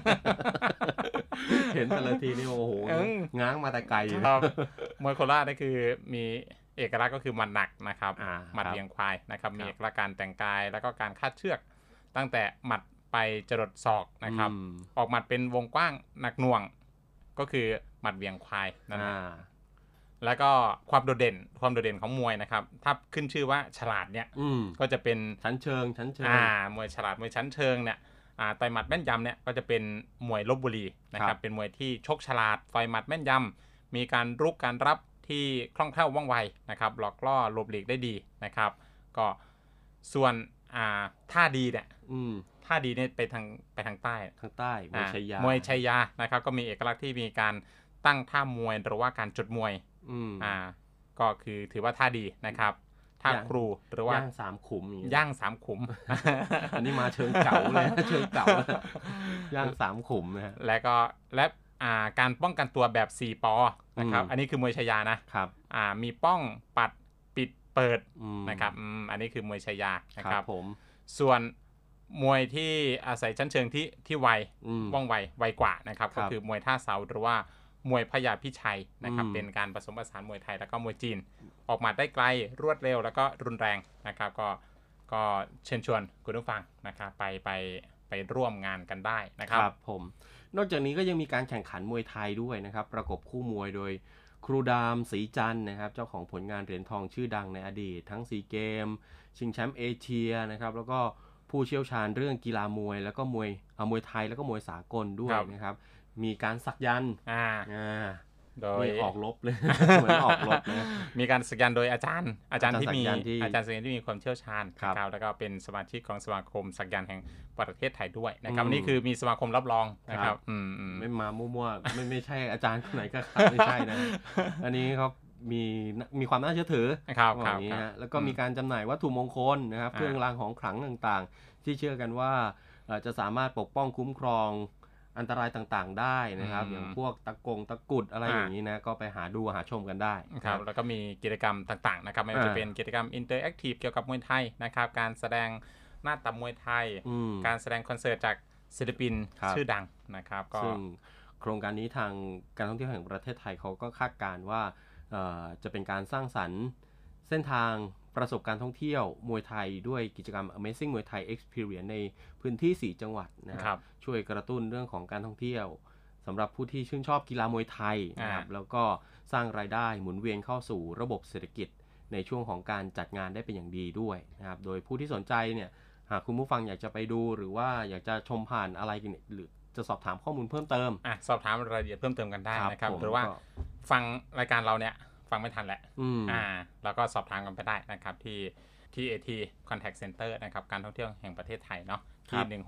เห็นแต่ละทีนี่โอ้โหง้างมาแต่ไกล
ครับมวยโคราชนี่คือมีเอกลักษณ์ก็คือหมัดหนักนะครับหมัดเวียงควายนะครับมีเอกลักษณ์การแต่งกายแล้วก็การคาดเชือกตั้งแต่หมัดไปจรดศอกนะครับออกหมัดเป็นวงกว้างหนักหน่วงก็คือหมัดเวียงควายนั่นเองแล้วก็ความโดดเด่นของมวยนะครับถ้าขึ้นชื่อว่าฉลาดเนี่ยก็จะเป็น
ชั้นเชิง
มวยฉลาดมวยชั้นเชิงเนี่ยต่อยหมัดแม่นยำเนี่ยก็จะเป็นมวยลพบุรีนะครับเป็นมวยที่ชกฉลาดต่อยหมัดแม่นยำมีการรุกการรับที่คล่องแคล่วว่องไวนะครับหลอกล่อหลบหลีกได้ดีนะครับก็ส่วนท่าดีเนี่ยท่าดีเนี่ยไปทางใต้
มวย
ชัยยานะครับก็มีเอกลักษณ์ที่มีการตั้งท่ามวยหรือว่าการจดมวยก็คือถือว่าท่าดีนะครับท่าครูหรือว่า
ย่าง3ขุม
อั
นนี้มาเชิงเก่าเลยเชิงเก่าย่าง3ขุมนะฮะ
และการป้องกันตัวแบบ4ปอนะครับอันนี้คือมวยชัยยานะครับมีป้องปัดปิดเปิดนะครับอันนี้คือมวยชัยยานะครับ
ผม
ส่วนมวยที่อาศัยชั้นเชิงที่ไวว่องไวกว่านะครับก็คือมวยท่าเสาหรือว่ามวยพญาพิชัยนะครับเป็นการผสมผสานมวยไทยแล้วก็มวยจีนออกมาได้ไกลรวดเร็วแล้วก็รุนแรงนะครับก็เชิญชวนคุณผู้ฟังนะครับไปร่วมงานกันได้นะครับ
ผมนอกจากนี้ก็ยังมีการแข่งขันมวยไทยด้วยนะครับประกบคู่มวยโดยครูดามศรีจันทร์นะครับเจ้าของผลงานเหรียญทองชื่อดังในอดีตทั้งซีเกมชิงแชมป์เอเชียนะครับแล้วก็ผู้เชี่ยวชาญเรื่องกีฬามวยแล้วก็มวยไทยแล้วก็มวยสากลด้วยนะครับมีการสักยันต์
โดย
ออกรบเลยเหมือนออกรบนะ
มีการสักยันต์โดยอาจารย์ที่มีความเชี่ยวชาญนะครับแล้วก็เป็นสมาชิกของสมาคมสักยันต์แห่งประเทศไทยด้วยนะครับนี่คือมีสมาคมรับรองนะครับ
ไม่มามั่วๆไม่ใช่อาจารย์คนไหนก็ไม่ใช่นะอันนี้เขามีความน่าเชื่อถืออย่างนี้นะแล้วก็มีการจำหน่ายวัตถุมงคลนะครับเครื่องรางของขลังต่างๆที่เชื่อกันว่าจะสามารถปกป้องคุ้มครองอันตรายต่างๆได้นะครับอย่างพวกตะกุดอะไรอย่างนี้นะก็ไปหาชมกันได้
ครับแล้วก็มีกิจกรรมต่างๆนะครับไม่ว่าจะเป็นกิจกรรมอินเตอร์แอคทีฟเกี่ยวกับมวยไทยนะครับการแสดงหน้าตับมวยไทยการแสดงคอนเสิร์ตจากศิลปินชื่อดังนะครับก็
ซึ่งโครงการนี้ทางการท่องเที่ยวแห่งประเทศไทยเขาก็คาดการณ์ว่าจะเป็นการสร้างสรรค์เส้นทางประสบการณ์ท่องเที่ยวมวยไทยด้วยกิจกรรม Amazing มวยไทย Experience ในพื้นที่4จังหวัดนะครับช่วยกระตุ้นเรื่องของการท่องเที่ยวสำหรับผู้ที่ชื่นชอบกีฬามวยไทยนะครับแล้วก็สร้างรายได้หมุนเวียนเข้าสู่ระบบเศรษฐกิจในช่วงของการจัดงานได้เป็นอย่างดีด้วยนะครับโดยผู้ที่สนใจเนี่ยหากคุณผู้ฟังอยากจะไปดูหรือว่าอยากจะชมผ่านอะไรกันหรือจะสอบถามข้อมูลเพิ่มเติม
สอบถามรายละเอียดเพิ่มเติมกันได้นะครับหรือว่าฟังรายการเราเนี่ยฟังไม่ทันแหละแล้วก็สอบถามกันไปได้นะครับที่ AT Contact Center นะครับการท่องเที่ยวแห่งประเทศไทยเนาะที่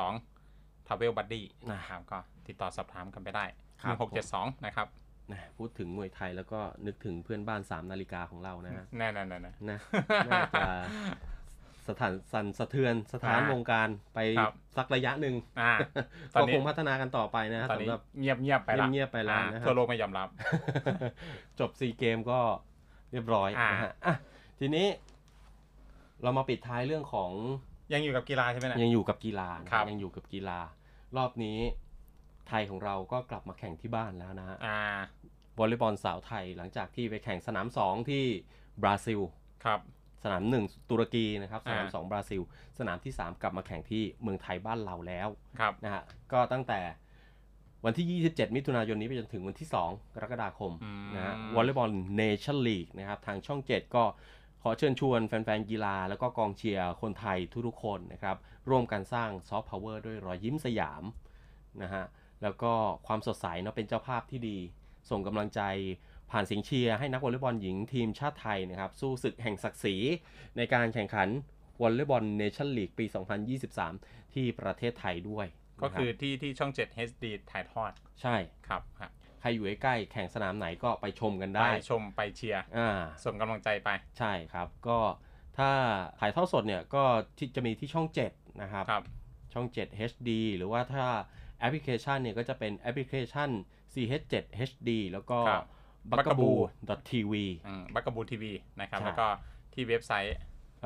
1672 Travel Buddy นะครับก็ติดต่อสอบถามกันไปได้1672นะครับ
พูดถึงมวยไทยแล้วก็นึกถึงเพื่อนบ้าน3นาฬิกาของเรานะ
แน่
น่าจะสั่นสะเทือนสถานวงการไปสักระยะหนึ่งก็คงพัฒนากันต่อไปนะ
สำหรับเงียบไป
แล้วนะ
ทั่วโลกไม่ยอมรับ
จบ4เกมก็เรียบร้อยนะฮะทีนี้เรามาปิดท้ายเรื่องของ
ยังอยู่กับกีฬาใช่ไหมนะ
ยังอยู่กับกีฬารอบนี้ไทยของเราก็กลับมาแข่งที่บ้านแล้วนะฮะวอลเลย์บอลสาวไทยหลังจากที่ไปแข่งสนาม2ที่บราซิล
ครับ
สนาม1ตุรกีนะครับสนาม2บราซิลสนามที่3กลับมาแข่งที่เมืองไทยบ้านเราแล้วนะฮะก็ตั้งแต่วันที่27มิถุนายนนี้ไปจนถึงวันที่2กรกฎาคมนะฮะวอลเลย์บอลเนชั่นลีกนะครับทางช่อง7ก็ขอเชิญชวนแฟนๆกีฬาแล้วก็กองเชียร์คนไทยทุกๆคนนะครับร่วมกันสร้างซอฟต์พาวเวอร์ด้วยรอยยิ้มสยามนะฮะแล้วก็ความสดใสเนาะเป็นเจ้าภาพที่ดีส่งกำลังใจผ่านเสียงเชียร์ให้นักวอลเลย์บอลหญิงทีมชาติไทยนะครับสู้ศึกแห่งศักดิ์ศรีในการแข่งขันวอลเลย์บอลเนชั่นลีกปี2023ที่ประเทศไทยด้วย
ก็คือที่ช่อง7 HD ถ่ายทอด
ใช่
ครับ
ใครอยู่ใกล้ๆแข่งสนามไหนก็ไปชมกันได้
ไปชมไปเชียร์ส่งกำลังใจไป
ใช่ครับก็ถ้าถ่ายทอดสดเนี่ยก็ที่จะมีที่ช่อง7นะครับช่อง7 HD หรือว่าถ้าแอปพลิเคชันเนี่ยก็จะเป็นแอปพลิเคชัน CH7 HD แล้วก็ bugaboo.tv
bugaboo.tv นะครับแล้วก็ที่เว็บไซต์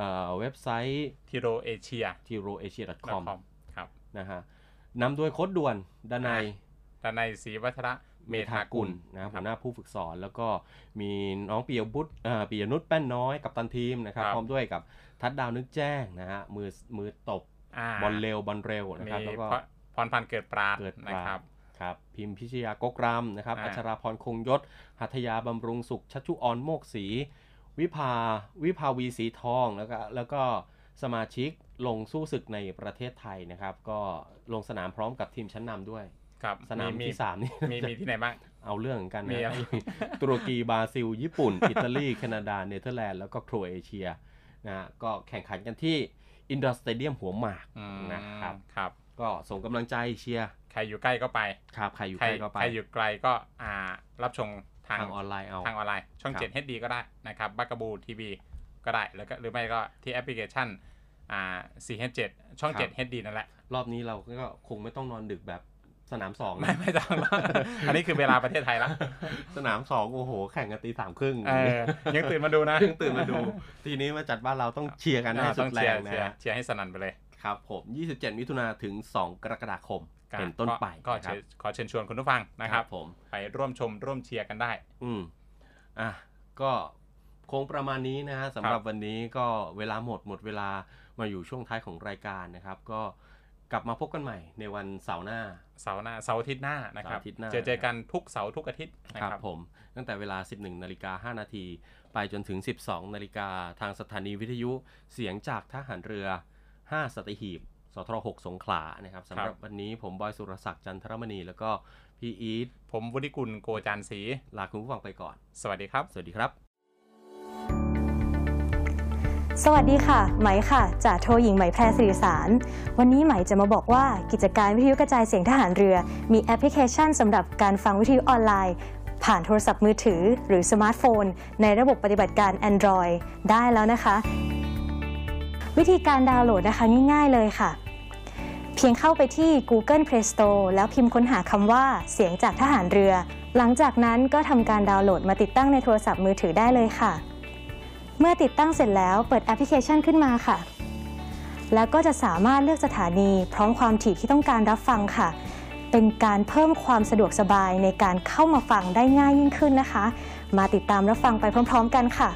tiroasia.com
ครับ
นะฮะนำโดยโค้ชด่วนดนัย
ศรีวัฒระเมธากุล
นะครับหัวหน้าผู้ฝึกสอนแล้วก็มีน้องปิยนุชแป้นน้อยกัปตันทีมนะครับพร้อมด้วยกับทัดดาวนึกแจ้งนะฮะมือตบบอลเร็วนะครับแล้วก็
พรพันธ์เกิดปราดนะครับ
ครับพิมพิชยากกรำนะครับอัชราพรคงยศหัตถยาบำรุงสุขชัชชุออนโมกศรีวิภาวีสีทองแล้วก็สมาชิกลงสู้ศึกในประเทศไทยนะครับก็ลงสนามพร้อมกับทีมชั้นนำด้วยสนามที่3นี่
มีที่ไหนบ้าง
เอาเรื่องกันนะตุรกีบราซิลญี่ปุ่นอิตาลีแคนาดาเนเธอร์แลนด์แล้วก็โครเอเชียนะก็แข่งขันกันที่อินดอร์สเตเดียมหัวหมากนะครับก็ส่งกำลังใจเชียร์
ใครอยู่ใกล้ก็ไป
ครับใครอยู่ใกล้ก็ไป
ใครอยู่ไกลก็รับชมทาง
ออนไลน์
ช่อง7 HD ก็ได้นะครับBugaboo TV ก็ได้แล้วก็หรือไม่ก็ที่แอปพลิเคชัน4H7 ช่อง7 HD นั่นแหละ
รอบนี้เราก็คงไม่ต้องนอนดึกแบบสนาม2
ไม่ต้องอันนี้คือเวลาประเทศไทยแล้ว
สนาม2โอ้โหแข่งกันตี
3:30ยังตื่นมาดูนะ
ทีนี้มาจัดบ้านเราต้องเชียร์กันให้สุดแรงนะ
เชียร์ให้สนั่นไปเลย
ครับผม27มิถุนายนถึง2กรกฎาคมเป็นต้นไป
ก็ขอเชิญชวนคุณผู้ฟังนะครับผมไปร่วมชมร่วมเชียร์กันได้
ก็คงประมาณนี้นะฮะสำหรับวันนี้ก็เวลาหมดเวลามาอยู่ช่วงท้ายของรายการนะครับก็กลับมาพบกันใหม่ในวันเสาร์
อาทิตย์หน้านะครับเจอกันทุกเสาร์ทุกอาทิตย์
นะครับผมตั้งแต่เวลา 11:05 น.ไปจนถึง 12:00 น.ทางสถานีวิทยุเสียงจากทหารเรือ5สัตหีบสทร6สงขลานะครับสำหรับวันนี้ผมบอยสุรศักดิ์จันทรมณีแล้วก็พี่อีท
ผมวุฒิกุลโกจานศรี
ลาคุณผู้ฟังไปก่อน
สวัสดีครับ
สวัสดีครับ
สวัสดีค่ะไหมค่ะจากโทหญิงไหมแพรสิริสารวันนี้ไหมจะมาบอกว่ากิจการวิทยุกระจายเสียงทหารเรือมีแอปพลิเคชันสำหรับการฟังวิทยุออนไลน์ผ่านโทรศัพท์มือถือหรือสมาร์ทโฟนในระบบปฏิบัติการ Android ได้แล้วนะคะวิธีการดาวน์โหลดนะคะง่ายๆเลยค่ะเพียงเข้าไปที่ Google Play Store แล้วพิมพ์ค้นหาคำว่าเสียงจากทหารเรือหลังจากนั้นก็ทำการดาวน์โหลดมาติดตั้งในโทรศัพท์มือถือได้เลยค่ะเมื่อติดตั้งเสร็จแล้วเปิดแอปพลิเคชันขึ้นมาค่ะแล้วก็จะสามารถเลือกสถานีพร้อมความถี่ที่ต้องการรับฟังค่ะเป็นการเพิ่มความสะดวกสบายในการเข้ามาฟังได้ง่ายยิ่งขึ้นนะคะมาติดตามรับฟังไปพร้อมๆกันค่ะ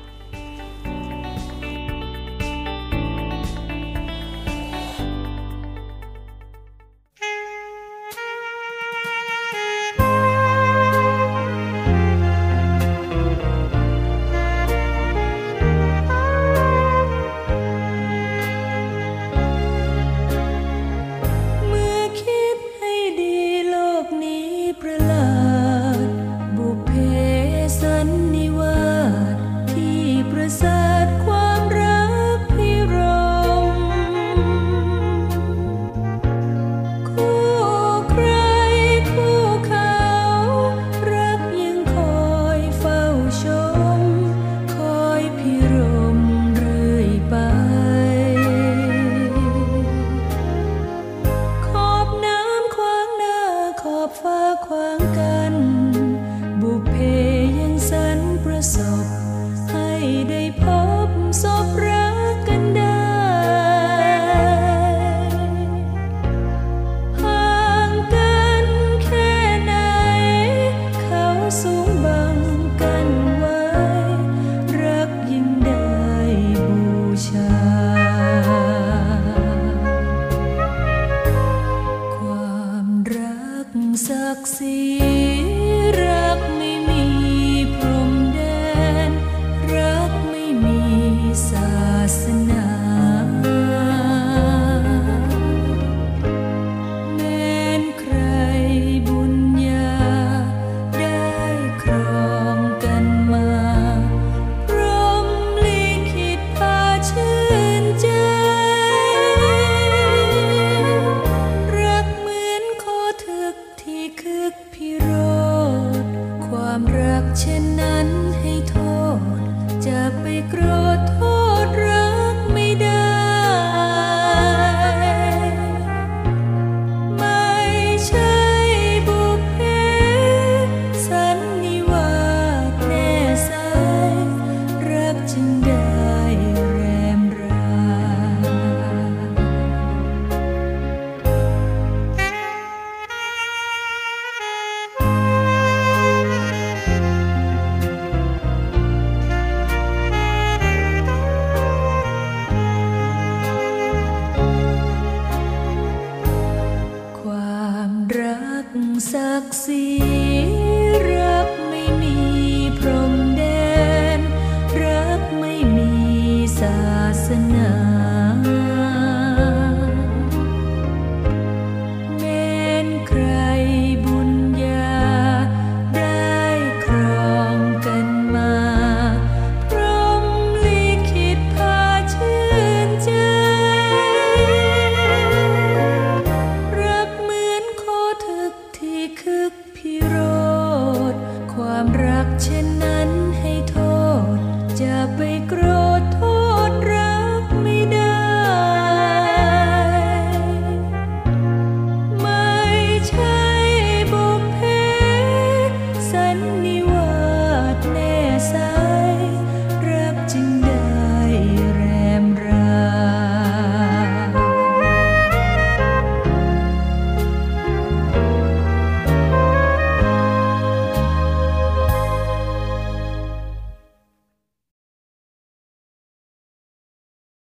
พิ
รักศักดิ์ศรี